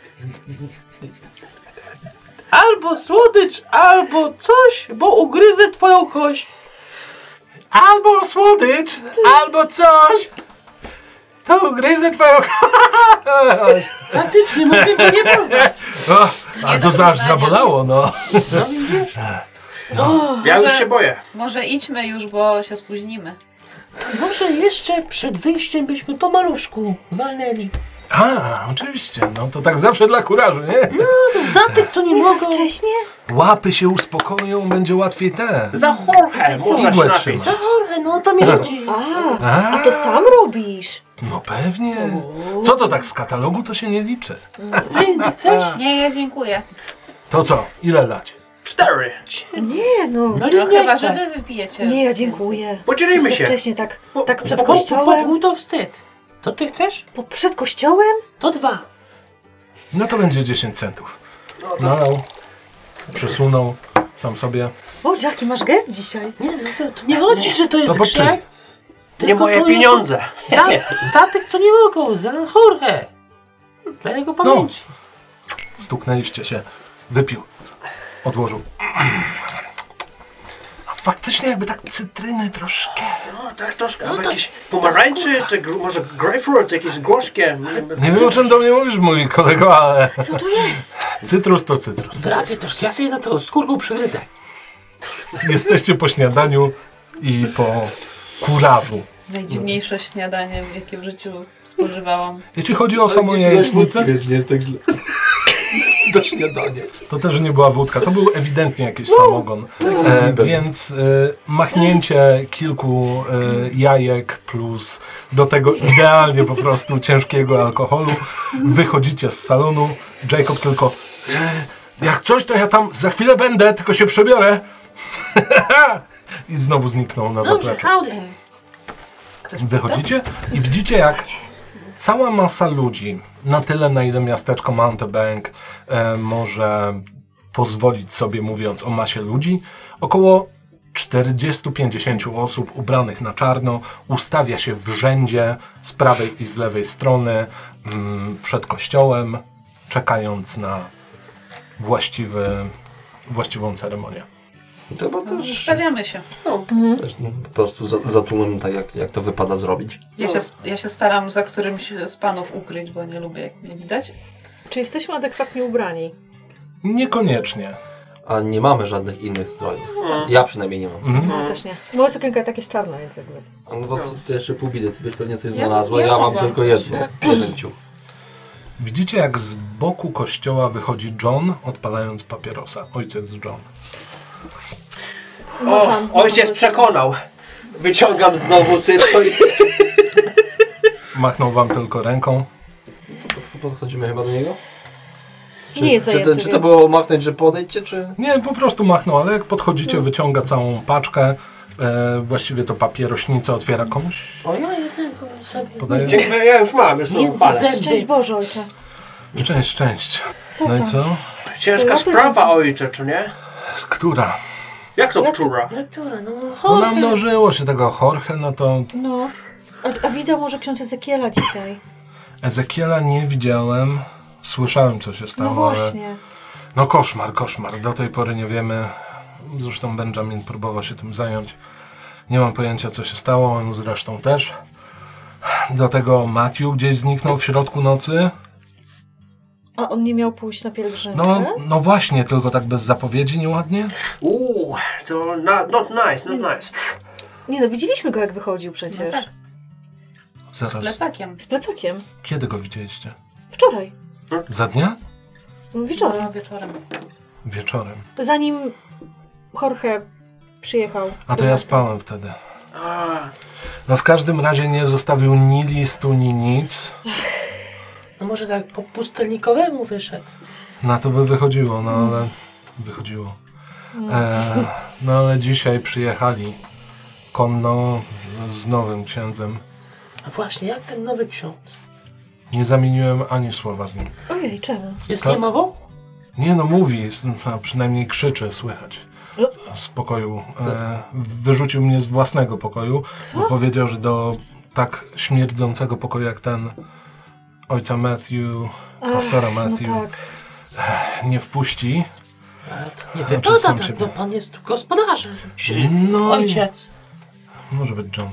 Albo słodycz, albo coś, bo ugryzę twoją kość. Albo słodycz, albo coś. To ugryzę twoją kość. Faktycznie, mogę go nie poznać. O, a Nie to do zaś poznania. zabolało, no. No widzisz? Ja już Może- się boję. Może idźmy już, bo się spóźnimy. Może jeszcze przed wyjściem byśmy po maluszku walnęli. A, oczywiście, no to tak zawsze dla kurażu, nie? Za tych, co nie Nie mogą. za wcześnie? Łapy się uspokoją, będzie łatwiej te. Za Jorge można Igłę się napić. trzymać. Za chore, no to mi chodzi. A, A, a to sam robisz. no pewnie. Co to tak z katalogu, to się nie liczy. Ty, ty chcesz? Nie, ja dziękuję. To co, ile dać? Cztery. Nie no. No No nie chyba, chcę. że wy wypijecie. Nie, ja więcej. dziękuję. Podzielimy Za się. wcześnie, tak, Po- tak przed po- Po, po, po kościołem. pół to wstyd. To ty chcesz? Po, przed kościołem? To dwa. No to będzie dziesięć centów. No to... Nalał, przesunął, sam sobie. O, Jackie, masz gest dzisiaj. Nie, no to, to nie chodzi, że to jest To po czyj? grzech. Nie tylko moje to jest pieniądze. Za, za tych, co nie mogą, za Jorge. Dla jego pamięci. Stuknęliście się, wypił, odłożył. A faktycznie jakby tak cytryny troszkę. No tak troszkę. No No to- jakieś pomarańczy, czy gr- może grapefruit, jakieś gorzkie. Nie wiem o czym do mnie mówisz, mój kolego, ale Co to jest? cytrus to cytrus. Bracie, troszkę ja sobie na to skórką przygryzę. Jesteście po śniadaniu, i po kurażu. Najdziwniejsze śniadanie, jakie w życiu spożywałam. Jeśli chodzi o samą jajecznicę, Więc nie jest tak źle. Do śniadania. to też nie była wódka, to był ewidentnie jakiś samogon. E, więc e, machnięcie kilku e, jajek plus do tego idealnie po prostu ciężkiego alkoholu. Wychodzicie z salonu. Jacob tylko e, jak coś, to ja tam za chwilę będę, tylko się przebiorę. I znowu zniknął na zapleczu. Ktoś Wychodzicie i widzicie, jak cała masa ludzi, na tyle, na ile miasteczko Mountebank e, może pozwolić sobie, mówiąc o masie ludzi, około czterdzieści do pięćdziesięciu osób ubranych na czarno ustawia się w rzędzie z prawej i z lewej strony mm, przed kościołem, czekając na właściwy, właściwą ceremonię. To chyba też, Stawiamy się. też no, po prostu za, za tłumem, tak jak, jak to wypada zrobić. Ja się, ja się staram za którymś z panów ukryć, bo nie lubię, jak mnie widać. Czy jesteśmy adekwatnie ubrani? Niekoniecznie. A nie mamy żadnych innych strojów. Ja przynajmniej nie mam. Mhm. No też nie. Moja sukienka tak jest czarna, więc jakby... No to ty, ty jeszcze pół bidy, ty wiesz pewnie coś Ja- znalazła, ja ja, mam mogłam tylko coś. jedno, jeden ciuch. Widzicie, jak z boku kościoła wychodzi John, odpalając papierosa. Ojciec John. O, Macham, ojciec macham. przekonał. Wyciągam znowu tyto i... Machnął wam tylko ręką. Pod, podchodzimy chyba do niego? Czy, Nie jest czy, zajęty, to, czy to więc- było machnąć, że podejdźcie, czy... Nie, po prostu machnął, ale jak podchodzicie, wyciąga całą paczkę. E, właściwie to papierośnicę otwiera komuś. O, ja jednego sobie. Podaje. Dziękuję, ja już mam, już tu Między palec. zęby. Szczęść Boże, ojcze. Szczęść, szczęść. Co No i to? co? Ciężka sprawa, ojcze, czy nie? Która? Jak to która? Lektura, no No chodź. namnożyło się tego Jorge, no to No. A, a widział może ksiądz Ezekiela dzisiaj? Ezekiela nie widziałem. Słyszałem, co się stało, No ale... właśnie. No koszmar, koszmar. Do tej pory nie wiemy. Zresztą Benjamin próbował się tym zająć. Nie mam pojęcia, co się stało. On zresztą też. Do tego Matthew gdzieś zniknął w środku nocy. A on nie miał pójść na pielgrzymkę? No, no właśnie, tylko tak bez zapowiedzi, nieładnie. Uuu, to not, not nice, not nice. Nie no, widzieliśmy go jak wychodził przecież. No tak. Zaraz. Plecakiem. Z plecakiem. Kiedy go widzieliście? Wczoraj. Za dnia? Wieczorem. No, wieczorem. Wieczorem. Zanim Jorge przyjechał. A to do ja nas. spałem wtedy. A, No w każdym razie nie zostawił ni listu, ni nic. No może tak po pustelnikowemu wyszedł. Na to by wychodziło, no ale wychodziło. E, no ale dzisiaj przyjechali konno z nowym księdzem. A właśnie, jak ten nowy ksiądz? Nie zamieniłem ani słowa z nim. Ojej, czemu? Jest Tak. niemową? Nie no, mówi, a przynajmniej krzyczy, słychać. Z pokoju. E, wyrzucił mnie z własnego pokoju, bo powiedział, że do tak śmierdzącego pokoju jak ten ojca Matthew, pastora Ach, Matthew, No tak. nie wpuści. Ale to nie Znaczy, wypada sam tak, siebie. no pan jest tu gospodarzem. Czy No i- ojciec. Może być John.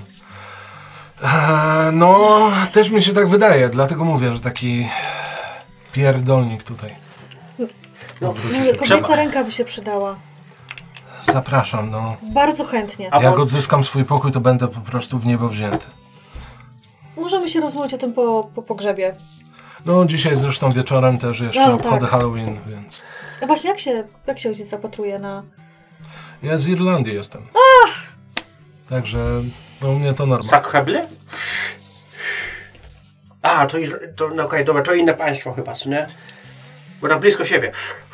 E, no, też mi się tak wydaje, dlatego mówię, że taki pierdolnik tutaj. no, No, kobieca ręka by się przydała. Zapraszam, no. Bardzo chętnie. A Jak on- odzyskam swój pokój, to będę po prostu w niebo wzięty. Możemy się rozmawiać o tym po, po pogrzebie. No, dzisiaj zresztą wieczorem też jeszcze No, obchody tak. Halloween, więc... A właśnie, jak się, jak się ojciec zapatruje na... Ja z Irlandii jestem. Także no, u mnie to normalne. Sakheble? A, to, i- to no okej, dobra, to inne państwo chyba, co nie? Bo tak blisko siebie.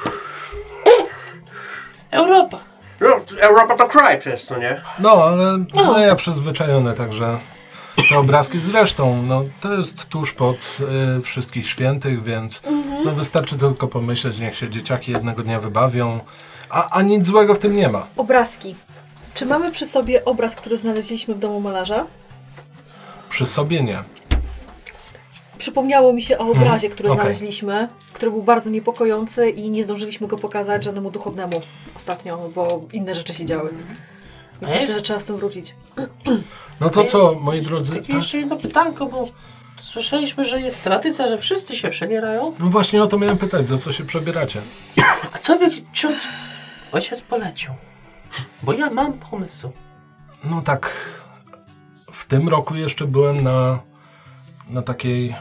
Europa. No, Europa to kraj przecież, co nie? No, ale no, ja przyzwyczajony, także te obrazki zresztą, no to jest tuż pod y, wszystkich świętych, więc no, wystarczy tylko pomyśleć, niech się dzieciaki jednego dnia wybawią, a, a nic złego w tym nie ma. Obrazki. Czy mamy przy sobie obraz, który znaleźliśmy w domu malarza? Przy sobie nie. Przypomniało mi się o obrazie, który okej. znaleźliśmy, który był bardzo niepokojący i nie zdążyliśmy go pokazać żadnemu duchownemu ostatnio, bo inne rzeczy się działy. Więc Ej. myślę, że trzeba z tym wrócić. No to co, moi drodzy? Takie Tak? jeszcze jedno pytanko, bo słyszeliśmy, że jest tradycja, że wszyscy się przebierają. No właśnie o to miałem pytać, za co się przebieracie? A co by ksiądz ojciec polecił? Bo ja mam pomysł. No tak, w tym roku jeszcze byłem na, na takiej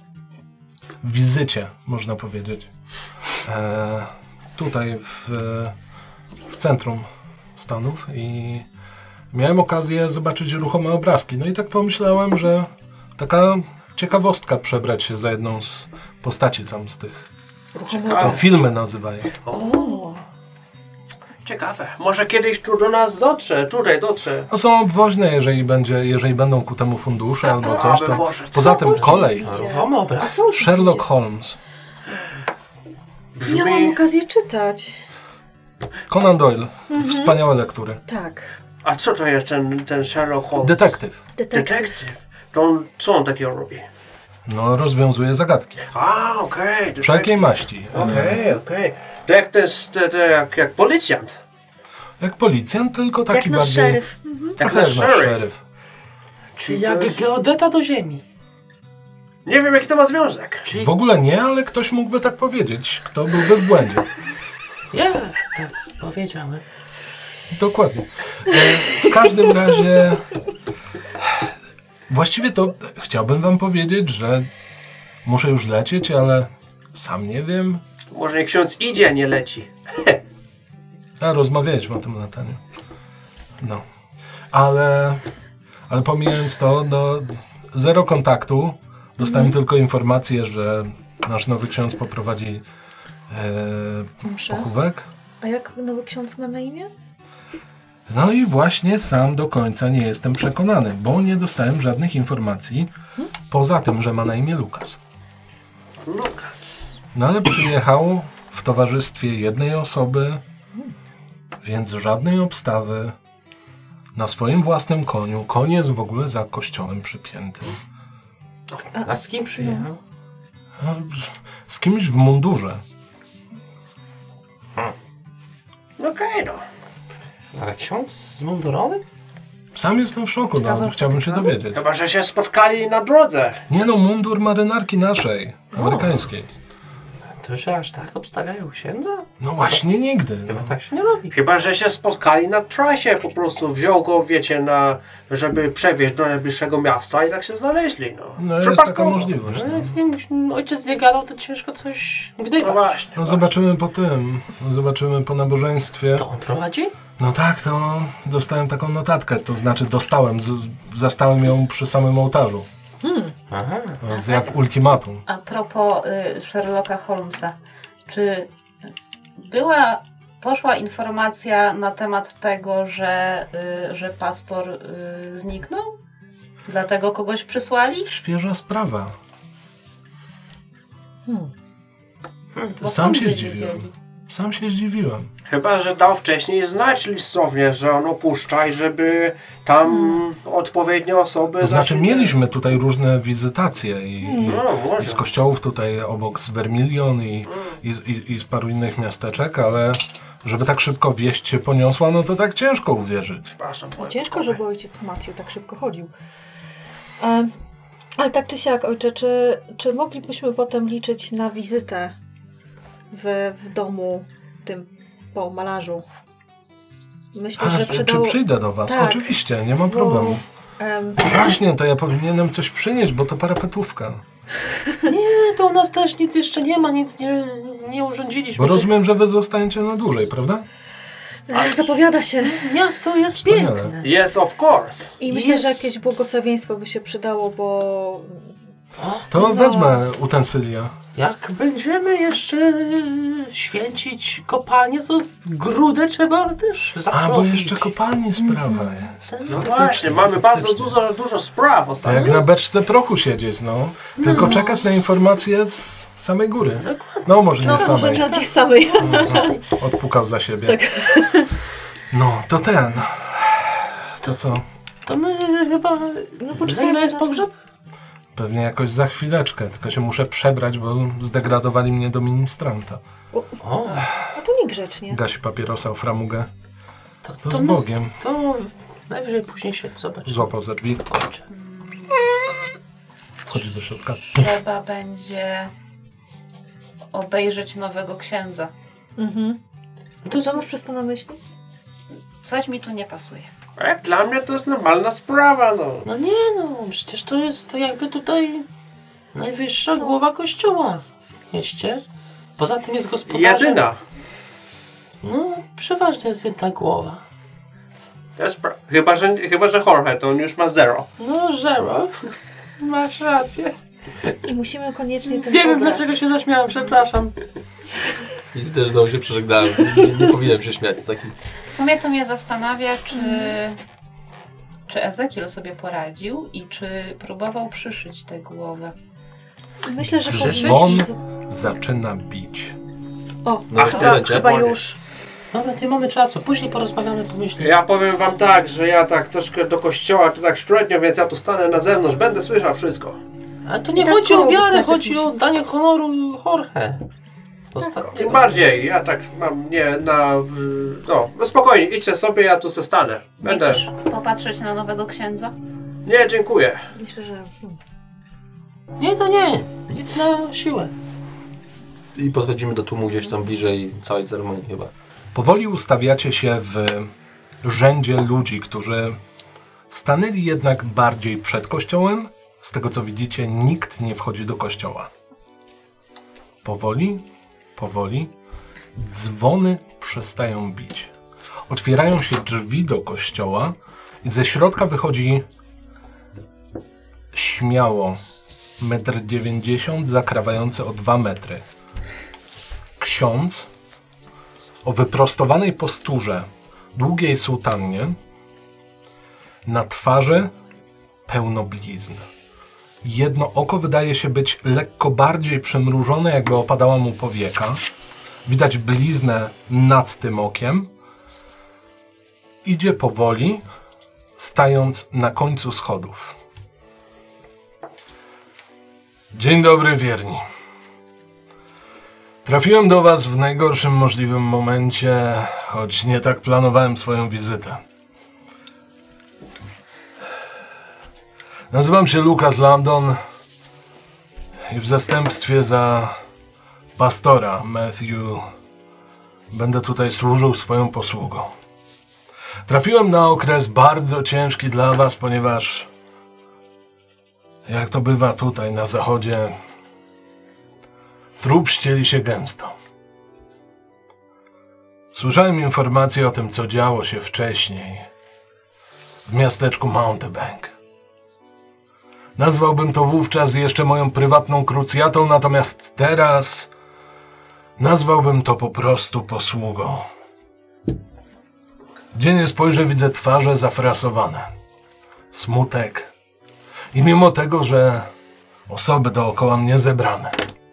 wizycie, można powiedzieć. E, tutaj w, w centrum Stanów i miałem okazję zobaczyć ruchome obrazki. No i tak pomyślałem, że taka ciekawostka przebrać się za jedną z postaci tam z tych. Ruchome To filmy nazywają. O, Ciekawe. Może kiedyś tu do nas dotrze, tutaj dotrze. No są obwoźne, jeżeli, będzie, jeżeli będą ku temu fundusze albo coś. aby To, Boże, poza co tym kolej. Ruchomy obraz. co już Sherlock widzicie? Holmes. Miałam Brzmi... okazję czytać. Conan Doyle. Wspaniałe lektury. Tak. A co to jest ten, ten Sherlock Holmes? Detektyw. Detektyw. Detektyw. To on, co on takiego robi? No, rozwiązuje zagadki. A, okej. Okay, Wszelkiej maści. Okej, okej. Detektyw to, to jak, jak policjant. Jak policjant, tylko taki Jak nasz bardziej... szeryf. Jak Tak, nasz jak nasz szeryf. szeryf. Czyli Jak to jest... geodeta do ziemi. Nie wiem, jaki to ma związek. Czyli W ogóle nie, ale ktoś mógłby tak powiedzieć. Kto byłby w błędzie. ja tak powiedziałem. Dokładnie. E, w każdym razie... Właściwie to chciałbym wam powiedzieć, że muszę już lecieć, ale sam nie wiem. Może niech ksiądz idzie, a nie leci. A, rozmawialiśmy o tym lataniu. No. Ale... Ale pomijając to, no... Zero kontaktu. Dostałem tylko informację, że nasz nowy ksiądz poprowadzi e, Muszę. pochówek. A jak nowy ksiądz ma na imię? No i właśnie sam do końca nie jestem przekonany, bo nie dostałem żadnych informacji, poza tym, że ma na imię Lukas. Lukas. No ale przyjechał w towarzystwie jednej osoby, więc żadnej obstawy, na swoim własnym koniu. Koń jest w ogóle za kościołem przypięty. A z kim przyjechał? No, z kimś w mundurze. Okej, no. Ale ksiądz z mundurowym? Sam jestem w szoku, no, Wstawa chciałbym się dowiedzieć. Chyba, że się spotkali na drodze. Nie no, mundur marynarki naszej, amerykańskiej. To się aż tak obstawiają księdza? No właśnie nigdy. Chyba tak się nie robi. Chyba, że się spotkali na trasie, po prostu wziął go, wiecie, na, żeby przewieźć do najbliższego miasta i tak się znaleźli, no. No jest taka Przypadkowo. możliwość. No, No. jak z nim ojciec nie gadał, to ciężko coś No gdybać. właśnie. No zobaczymy po tym, zobaczymy po nabożeństwie. To on prowadzi? No tak, to dostałem taką notatkę, to znaczy dostałem, z, zastałem ją przy samym ołtarzu. Aha. No, jak ultimatum. A propos y, Sherlocka Holmesa, czy była, poszła informacja na temat tego, że, y, że pastor y, zniknął? Dlatego kogoś przysłali? Świeża sprawa. Hmm. Bo Sam skąd się by zdziwiłem. wiedzieli? Sam się zdziwiłem. Chyba, że dał wcześniej znać listownie, że on opuszcza i żeby tam odpowiednie osoby... To znaczy zaczęli- mieliśmy tutaj różne wizytacje i, i, No, może. i z kościołów tutaj obok z Vermilion i, i, i, i z paru innych miasteczek, ale żeby tak szybko wieść się poniosła, no to tak ciężko uwierzyć. Przepraszam, No powiem ciężko, powiem. żeby ojciec Matthew tak szybko chodził. E, ale tak czy siak, ojcze, czy, czy moglibyśmy potem liczyć na wizytę w, w domu tym po malarzu? Myślę, A, że czy przydało... przyjdę do was? Tak. Oczywiście, nie ma problemu. em, Właśnie, to ja powinienem coś przynieść, bo to parapetówka. Nie, to u nas też nic jeszcze nie ma, nic nie, nie urządziliśmy. Bo rozumiem, że wy zostaniecie na dłużej, prawda? e, zapowiada się. Miasto jest Wspaniale. piękne. Yes, of course. I myślę, Jest. że jakieś błogosławieństwo by się przydało, bo... To No. wezmę utensylia. Jak będziemy jeszcze e, święcić kopalnię, to grudę trzeba też A, zakropić. bo jeszcze kopalni sprawa jest. No Faktycznie, właśnie, mamy bardzo faktycznie. dużo, dużo spraw To ostatnio. jak na beczce prochu siedzieć, no. Tylko czekać na informacje z samej góry. No, może nie No, może samej. nie od niej samej. Mhm. Odpukał za siebie. Tak. No, to ten. To co? To my chyba... No Za poczekajmy ile jest na to. pogrzeb? Pewnie jakoś za chwileczkę. Tylko się muszę przebrać, bo zdegradowali mnie do ministranta. O, No to niegrzecznie. Gasi papierosa o framugę. to, To to z my- Bogiem. To najwyżej później się zobaczy. Złapał za drzwi. Wchodzi do środka. Trzeba będzie obejrzeć nowego księdza. Mhm. To co masz przez to na myśli? Coś mi tu nie pasuje. A jak dla mnie to jest normalna sprawa, no. No nie no, przecież to jest jakby tutaj najwyższa głowa kościoła w mieście. Poza tym jest gospodarzem. Jedyna. No, przeważnie jest jedna głowa. Jest pra- chyba, że, chyba, że Jorge, to on już ma zero. No, zero. Masz rację. I musimy koniecznie ten Nie wiem, obraz. dlaczego się zaśmiałam, przepraszam. I też znowu się przeżegnałem. Nie, nie powinienem się śmiać. Taki... W sumie to mnie zastanawia, czy, czy Ezekiel sobie poradził i czy próbował przyszyć tę głowę. Myślę, że Dzwon powinniśmy... zaczyna bić. O, No, Ach, to tak, będzie. chyba już. Dobra, ty mamy czasu, później porozmawiamy, pomyślimy. Ja powiem wam tak, że ja tak troszkę do kościoła to tak średnio, więc ja tu stanę na zewnątrz, będę słyszał wszystko. Ale to nie Tak chodzi o robić wiarę, najpierw chodzi musi. o danie honoru Jorge. Ostatnio. Tym bardziej, ja tak mam nie na... y, No, no spokojnie, idźcie sobie, ja tu se stanę. Nie Będę... chcesz popatrzeć na nowego księdza? Nie, dziękuję. Myślę, że... hmm. Nie, to nie. Nic na siłę. I podchodzimy do tłumu gdzieś tam bliżej całej ceremonii chyba. Powoli ustawiacie się w rzędzie ludzi, którzy stanęli jednak bardziej przed kościołem. Z tego co widzicie, nikt nie wchodzi do kościoła. Powoli, powoli dzwony przestają bić. Otwierają się drzwi do kościoła i ze środka wychodzi śmiało metr dziewięćdziesiąt, zakrawający o dwa metry. Ksiądz o wyprostowanej posturze, długiej sutannie, na twarzy pełno blizn. Jedno oko wydaje się być lekko bardziej przymrużone, jakby opadała mu powieka. Widać bliznę nad tym okiem. Idzie powoli, stając na końcu schodów. Dzień dobry, wierni. Trafiłem do was w najgorszym możliwym momencie, choć nie tak planowałem swoją wizytę. Nazywam się Lucas Landon i w zastępstwie za pastora Matthew będę tutaj służył swoją posługą. Trafiłem na okres bardzo ciężki dla was, ponieważ jak to bywa tutaj na zachodzie, trup ścieli się gęsto. Słyszałem informacje o tym, co działo się wcześniej w miasteczku Mountebank. Nazwałbym to wówczas jeszcze moją prywatną krucjatą, natomiast teraz nazwałbym to po prostu posługą. Gdzie nie spojrzę, widzę twarze zafrasowane. Smutek. I mimo tego, że osoby dookoła mnie zebrane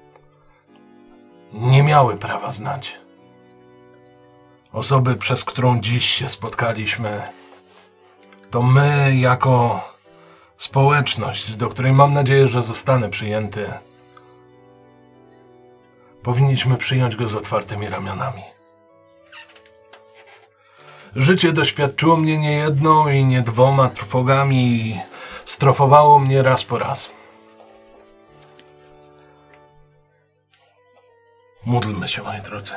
nie miały prawa znać osoby, przez którą dziś się spotkaliśmy, to my jako społeczność, do której mam nadzieję, że zostanę przyjęty, powinniśmy przyjąć go z otwartymi ramionami. Życie doświadczyło mnie nie jedną i nie dwoma trwogami i strofowało mnie raz po raz. Módlmy się, moi drodzy.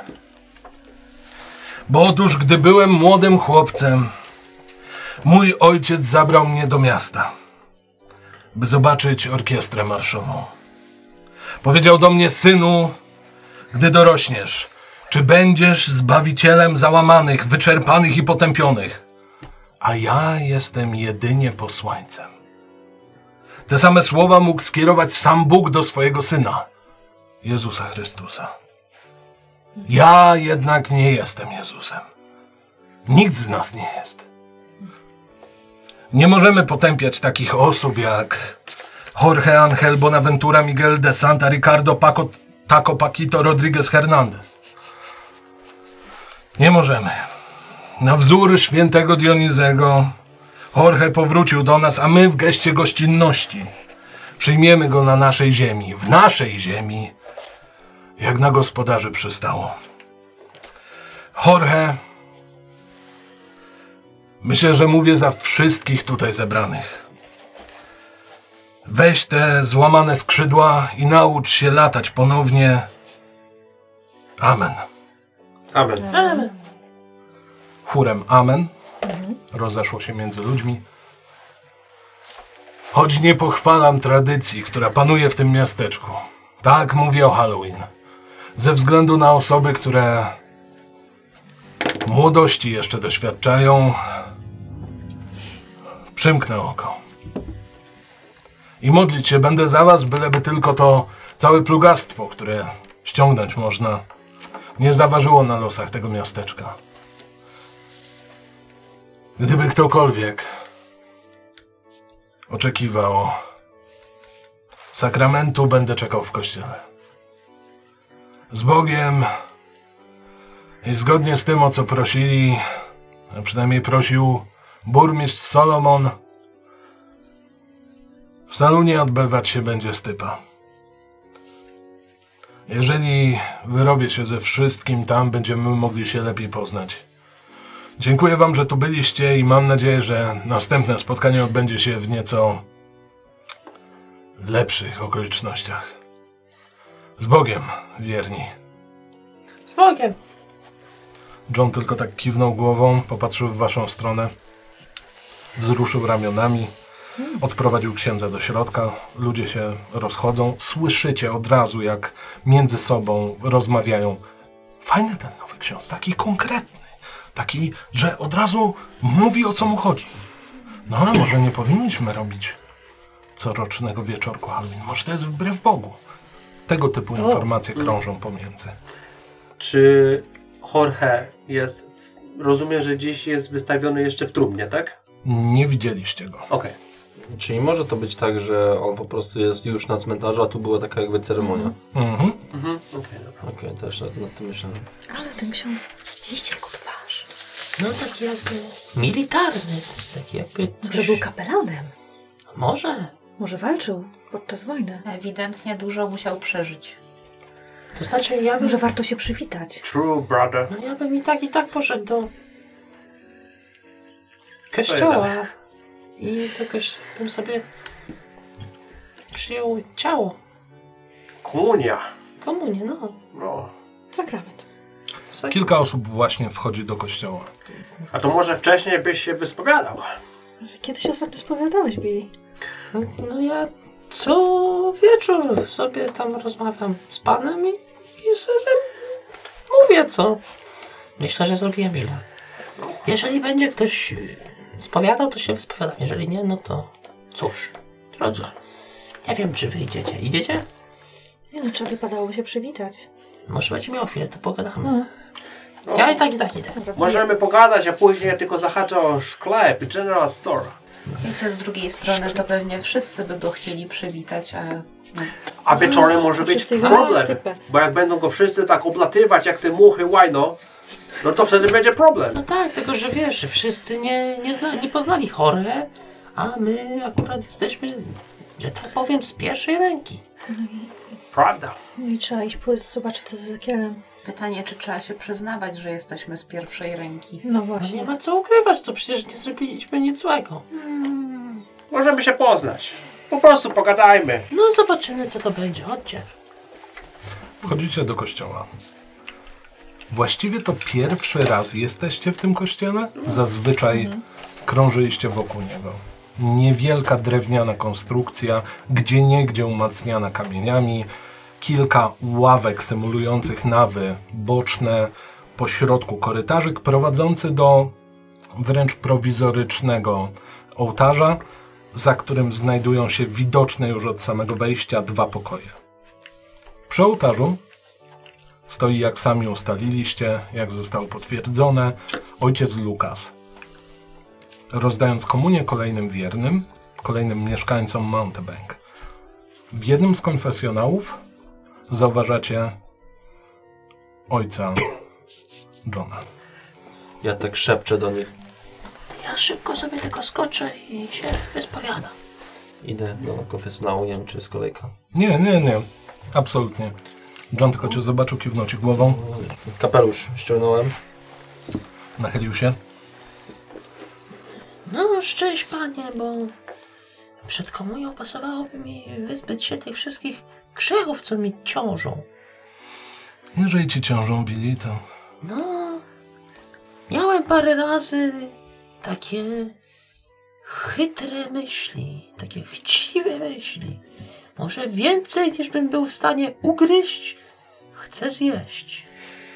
Bo otóż, gdy byłem młodym chłopcem, mój ojciec zabrał mnie do miasta, by zobaczyć orkiestrę marszową. Powiedział do mnie: synu, gdy dorośniesz, czy będziesz zbawicielem załamanych, wyczerpanych i potępionych? A ja jestem jedynie posłańcem. Te same słowa mógł skierować sam Bóg do swojego Syna, Jezusa Chrystusa. Ja jednak nie jestem Jezusem. Nikt z nas nie jest. Nie możemy potępiać takich osób jak Jorge Ángel Bonaventura Miguel de Santa Ricardo Paco Taco Paquito Rodríguez Hernández. Nie możemy. Na wzór świętego Dionizego Jorge powrócił do nas, a my w geście gościnności przyjmiemy go na naszej ziemi, w naszej ziemi, jak na gospodarzy przystało. Jorge, myślę, że mówię za wszystkich tutaj zebranych. Weź te złamane skrzydła i naucz się latać ponownie. Amen. Amen. Amen. Chórem amen. rozeszło się między ludźmi. Choć nie pochwalam tradycji, która panuje w tym miasteczku. Tak mówię o Halloween. Ze względu na osoby, które młodości jeszcze doświadczają, przymknę oko. I modlić się będę za was, byleby tylko to całe plugastwo, które ściągnąć można, nie zaważyło na losach tego miasteczka. Gdyby ktokolwiek oczekiwał sakramentu, będę czekał w kościele. Z Bogiem i zgodnie z tym, o co prosili, a przynajmniej prosił burmistrz Solomon, w salonie odbywać się będzie stypa. Jeżeli wyrobię się ze wszystkim, tam będziemy mogli się lepiej poznać. Dziękuję wam, że tu byliście i mam nadzieję, że następne spotkanie odbędzie się w nieco lepszych okolicznościach. Z Bogiem, wierni. Z Bogiem. John tylko tak kiwnął głową, popatrzył w waszą stronę, wzruszył ramionami, odprowadził księdza do środka. Ludzie się rozchodzą. Słyszycie od razu, jak między sobą rozmawiają. Fajny ten nowy ksiądz, taki konkretny. Taki, że od razu mówi, o co mu chodzi. No ale może nie powinniśmy robić corocznego wieczorku Halloween. Może to jest wbrew Bogu. Tego typu informacje krążą pomiędzy. Czy Jorge jest... Rozumiem, że dziś jest wystawiony jeszcze w trumnie, tak? Nie widzieliście go. Okej. Czyli może to być tak, że on po prostu jest już na cmentarzu, a tu była taka jakby ceremonia. Mhm. Mhm. Okej, dobra. Okej, okay, też nad, nad tym myślałem. Ale ten ksiądz, widzieliście jego twarz? No taki jakby militarny. Taki jakby coś... Może był kapelanem? Może. Może walczył podczas wojny? Ewidentnie dużo musiał przeżyć. To znaczy ja bym... Może warto się przywitać. True, brother. No ja bym i tak, i tak poszedł do kościoła i jakoś bym sobie przyjął ciało. Komunia. Komunię, no. No. Sakrament. Kilka osób właśnie wchodzi do kościoła. A to może wcześniej byś się wyspowiadał. Kiedy się ostatnio spowiadałeś, Billy? No, no ja co wieczór sobie tam rozmawiam z Panem i, i sobie mówię, co myślę, że zrobiłem źle. Jeżeli będzie ktoś y, spowiadał, to się wyspowiadam. Jeżeli nie, no to cóż, drodzy, nie wiem, czy wyjdziecie. Idziecie? Nie no, trzeba wypadałoby się przywitać. Może będzie miał chwilę, to pogadamy. No. No. Ja i tak, i tak idę. Możemy pogadać, a później ja tylko zahaczę o sklep, General Store. Wiecie, z drugiej strony to pewnie wszyscy by go chcieli przywitać, a... No. A wieczorem może być Wszyscy problem, stypę. bo jak będą go wszyscy tak oblatywać jak te muchy łajno, no to wtedy będzie problem. No tak, tylko że wiesz, że wszyscy nie, nie, zna, nie poznali Jorge, a my akurat jesteśmy, że tak powiem, z pierwszej ręki. Prawda. No i trzeba iść pójść zobaczyć, co z Ezekielem. Pytanie, czy trzeba się przyznawać, że jesteśmy z pierwszej ręki. No No właśnie. nie ma co ukrywać, to przecież nie zrobiliśmy nic złego. Możemy się poznać. Po prostu pogadajmy. No zobaczymy, co to będzie, chodźcie. Wchodzicie do kościoła. Właściwie to pierwszy raz jesteście w tym kościele? Zazwyczaj krążyliście wokół niego. Niewielka drewniana konstrukcja, gdzieniegdzie umacniana kamieniami, kilka ławek symulujących nawy boczne, po środku korytarzyk prowadzący do wręcz prowizorycznego ołtarza, za którym znajdują się widoczne już od samego wejścia dwa pokoje. Przy ołtarzu stoi, jak sami ustaliliście, jak zostało potwierdzone, ojciec Lukas, rozdając komunię kolejnym wiernym, kolejnym mieszkańcom Mountebank. W jednym z konfesjonałów zauważacie ojca Johna. Ja tak szepczę do nich. Ja szybko sobie tylko skoczę i się wyspowiadam. Idę do konfesjonału, nie wiem, czy jest kolejka. Nie, nie, nie. Absolutnie. John tylko cię zobaczył, kiwnął ci głową, Kapelusz ściągnąłem. nachylił się. No szczęść panie, bo przed komunią pasowałoby mi wyzbyć się tych wszystkich grzechów, co mi ciążą. Jeżeli ci ciążą, Billy, to No, miałem parę razy takie chytre myśli, takie chciwe myśli. Może więcej niż bym był w stanie ugryźć, chcę zjeść.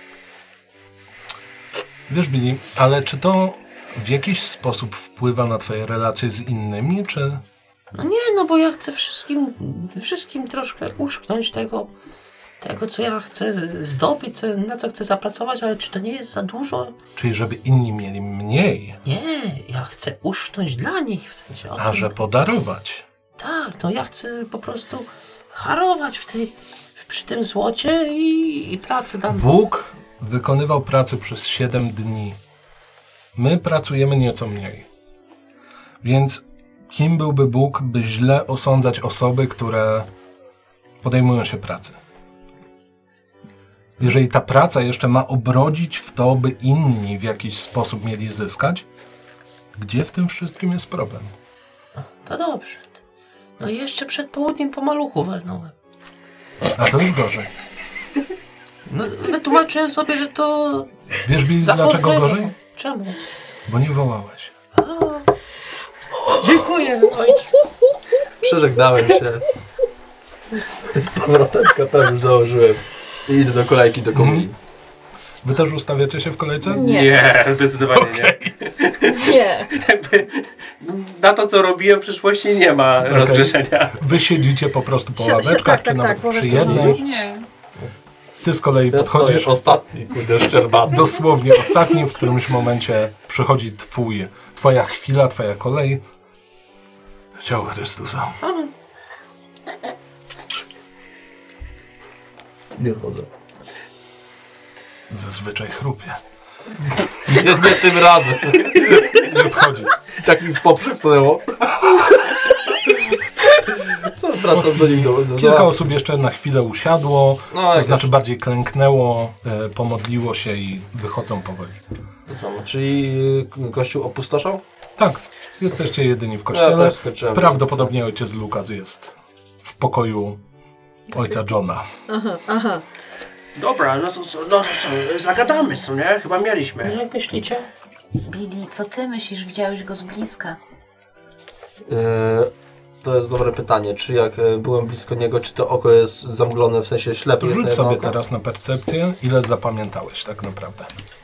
Wiesz, Billy, ale czy to w jakiś sposób wpływa na twoje relacje z innymi, czy... No nie, no bo ja chcę wszystkim, wszystkim troszkę uszknąć tego, tego, co ja chcę zdobyć, co, na co chcę zapracować, ale czy to nie jest za dużo? Czyli żeby inni mieli mniej, Nie, ja chcę uszknąć dla nich, w sensie. o a tym- że podarować. Tak, no ja chcę po prostu harować w tej, w, przy tym złocie i, i pracę dam. Bóg wykonywał pracę przez siedem dni. My pracujemy nieco mniej. Więc kim byłby Bóg, by źle osądzać osoby, które podejmują się pracy? Jeżeli ta praca jeszcze ma obrodzić w to, by inni w jakiś sposób mieli zyskać, gdzie w tym wszystkim jest problem? To dobrze. No i jeszcze przed południem po maluchu walnąłem. A to już gorzej. No, wytłumaczyłem sobie, że to... Wiesz, Billy, za dlaczego chorego. gorzej? Czemu? Bo nie wołałeś. Dziękuję, ojcze. Przeżegnałem się. Z powrotem kapelusz już założyłem. I idę do kolejki do komunii. Wy też ustawiacie się w kolejce? Nie. Nie, zdecydowanie Okej. nie. Nie. Jakby na to, co robiłem w przyszłości, nie ma Okej. rozgrzeszenia. Wy siedzicie po prostu po Si- si- ławeczkach, tak, czy tak, nawet tak, po przy prostu jednej. Nie. Ty z kolei Ja podchodzisz, stoję ostatni, kurde, szczerbaty. dosłownie ostatni, w którymś momencie przychodzi twój, twoja chwila, twoja kolej. Ciało Chrystusa. Amen. Nie chodzę. Zazwyczaj chrupie. Nie, nie tym razem. Nie odchodzi. Tak mi w poprzek stanęło. No, wracam do nich do, do Kilka do- osób jeszcze na chwilę usiadło, No, to jakaś- znaczy bardziej klęknęło, e, pomodliło się i wychodzą powoli. To samo. Czyli y, kościół opustoszał? Tak, jesteście jedyni w Ja kościele. też skoczyłem. Prawdopodobnie ojciec Lukas jest w pokoju ojca Johna. Aha, aha. Dobra, no to co, no to co, zagadamy, co nie? Chyba mieliśmy. Jak myślicie? Billy, co ty myślisz? Widziałeś go z bliska. Y, to jest dobre pytanie. Czy jak y, byłem blisko niego, czy to oko jest zamglone, w sensie ślepy jest na Rzuć jedno sobie oko? teraz na percepcję, ile zapamiętałeś tak naprawdę.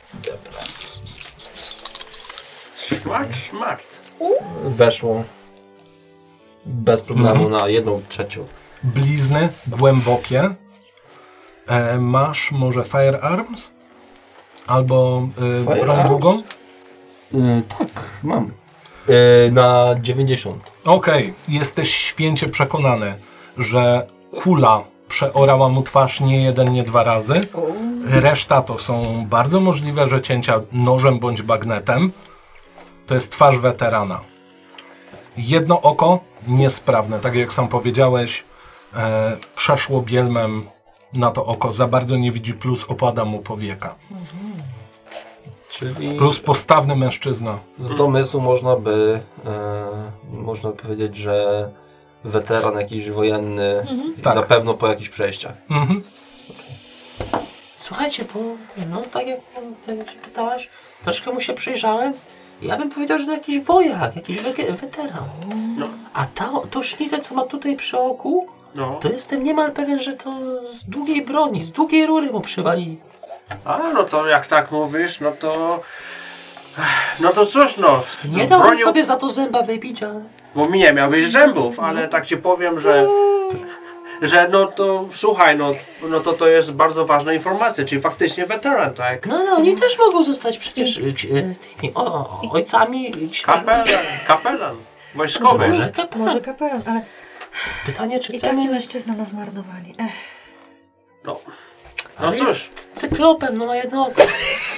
Szmart, szmart. Weszło. Bez problemu Mhm. na jedną trzecią. Blizny głębokie. E, masz może firearms? Albo e, broń Firearms? długą? Y, tak, mam. Y, na dziewięćdziesiąt. Okej, jesteś święcie przekonany, że kula przeorała mu twarz nie jeden, nie dwa razy. Reszta to są bardzo możliwe, że cięcia nożem bądź bagnetem. To jest twarz weterana. Jedno oko niesprawne, tak jak sam powiedziałeś, e, przeszło bielmem na to oko, za bardzo nie widzi, plus opada mu powieka. Czyli Plus postawny mężczyzna. z domysłu można by e, można powiedzieć, że weteran jakiś wojenny Tak. na pewno po jakichś przejściach. Mhm. Słuchajcie, bo no tak jak, tak jak się pytałaś, troszkę mu się przyjrzałem. Ja bym powiedział, że to jakiś wojak, jakiś wege- weteran. No. A ta, to sznicę, co ma tutaj przy oku, No. to jestem niemal pewien, że to z długiej broni, z długiej rury mu przywalili. A, no to jak tak mówisz, no to... No to cóż, no. Nie no, dałbym bronią- sobie za to zęba wybić, ale... Bo mi nie miałeś zębów, ale tak ci powiem, że... Że no to, słuchaj, no, no to to jest bardzo ważna informacja, czyli faktycznie weteran, tak? No, no, oni też mogą zostać przecież y, ksi- y, tymi o, o, ojcami księży. Kapelan, kapelan wojskowy. Może kapelan. Może kapelan, ale Pytanie, czy i taki chcemy... mężczyzna na zmarnowanie. Ech. No, no Ale cóż, jest cyklopem, no ma jedno oko.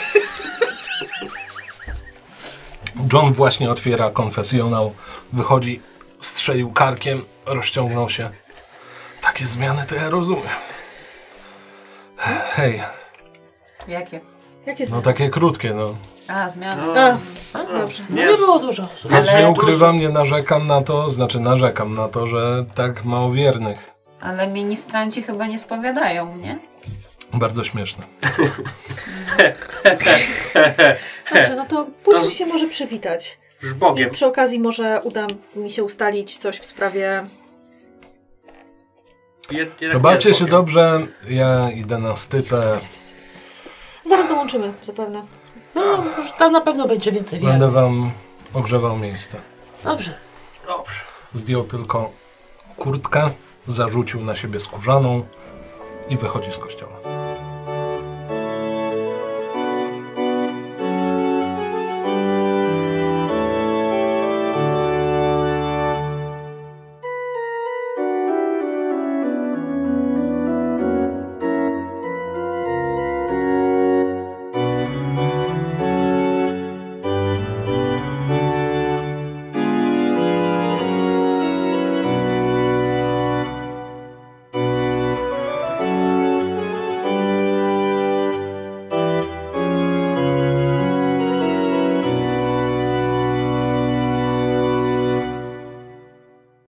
John właśnie otwiera konfesjonał, wychodzi, strzelił karkiem, rozciągnął się. Takie zmiany to ja rozumiem. Hej, Jakie? Jak jest? no takie krótkie, no. A, zmiana. A, no, dobrze. No nie, nie było dużo. Więc Ale nie dużo- ukrywam, nie narzekam na to, znaczy narzekam na to, że tak mało wiernych. Ale ministranci chyba nie spowiadają, nie? Bardzo śmieszne. Dobrze, no to pójdźmy To- się może przywitać. Już I Bogiem. przy okazji może uda mi się ustalić coś w sprawie... Je- jednak To nie bawcie jest się Bogiem. dobrze, ja idę na stypę. Zaraz dołączymy zapewne. No, tam na pewno będzie więcej Będę wielu. wam ogrzewał miejsce. Dobrze. Dobrze. Zdjął tylko kurtkę, zarzucił na siebie skórzaną i wychodzi z kościoła.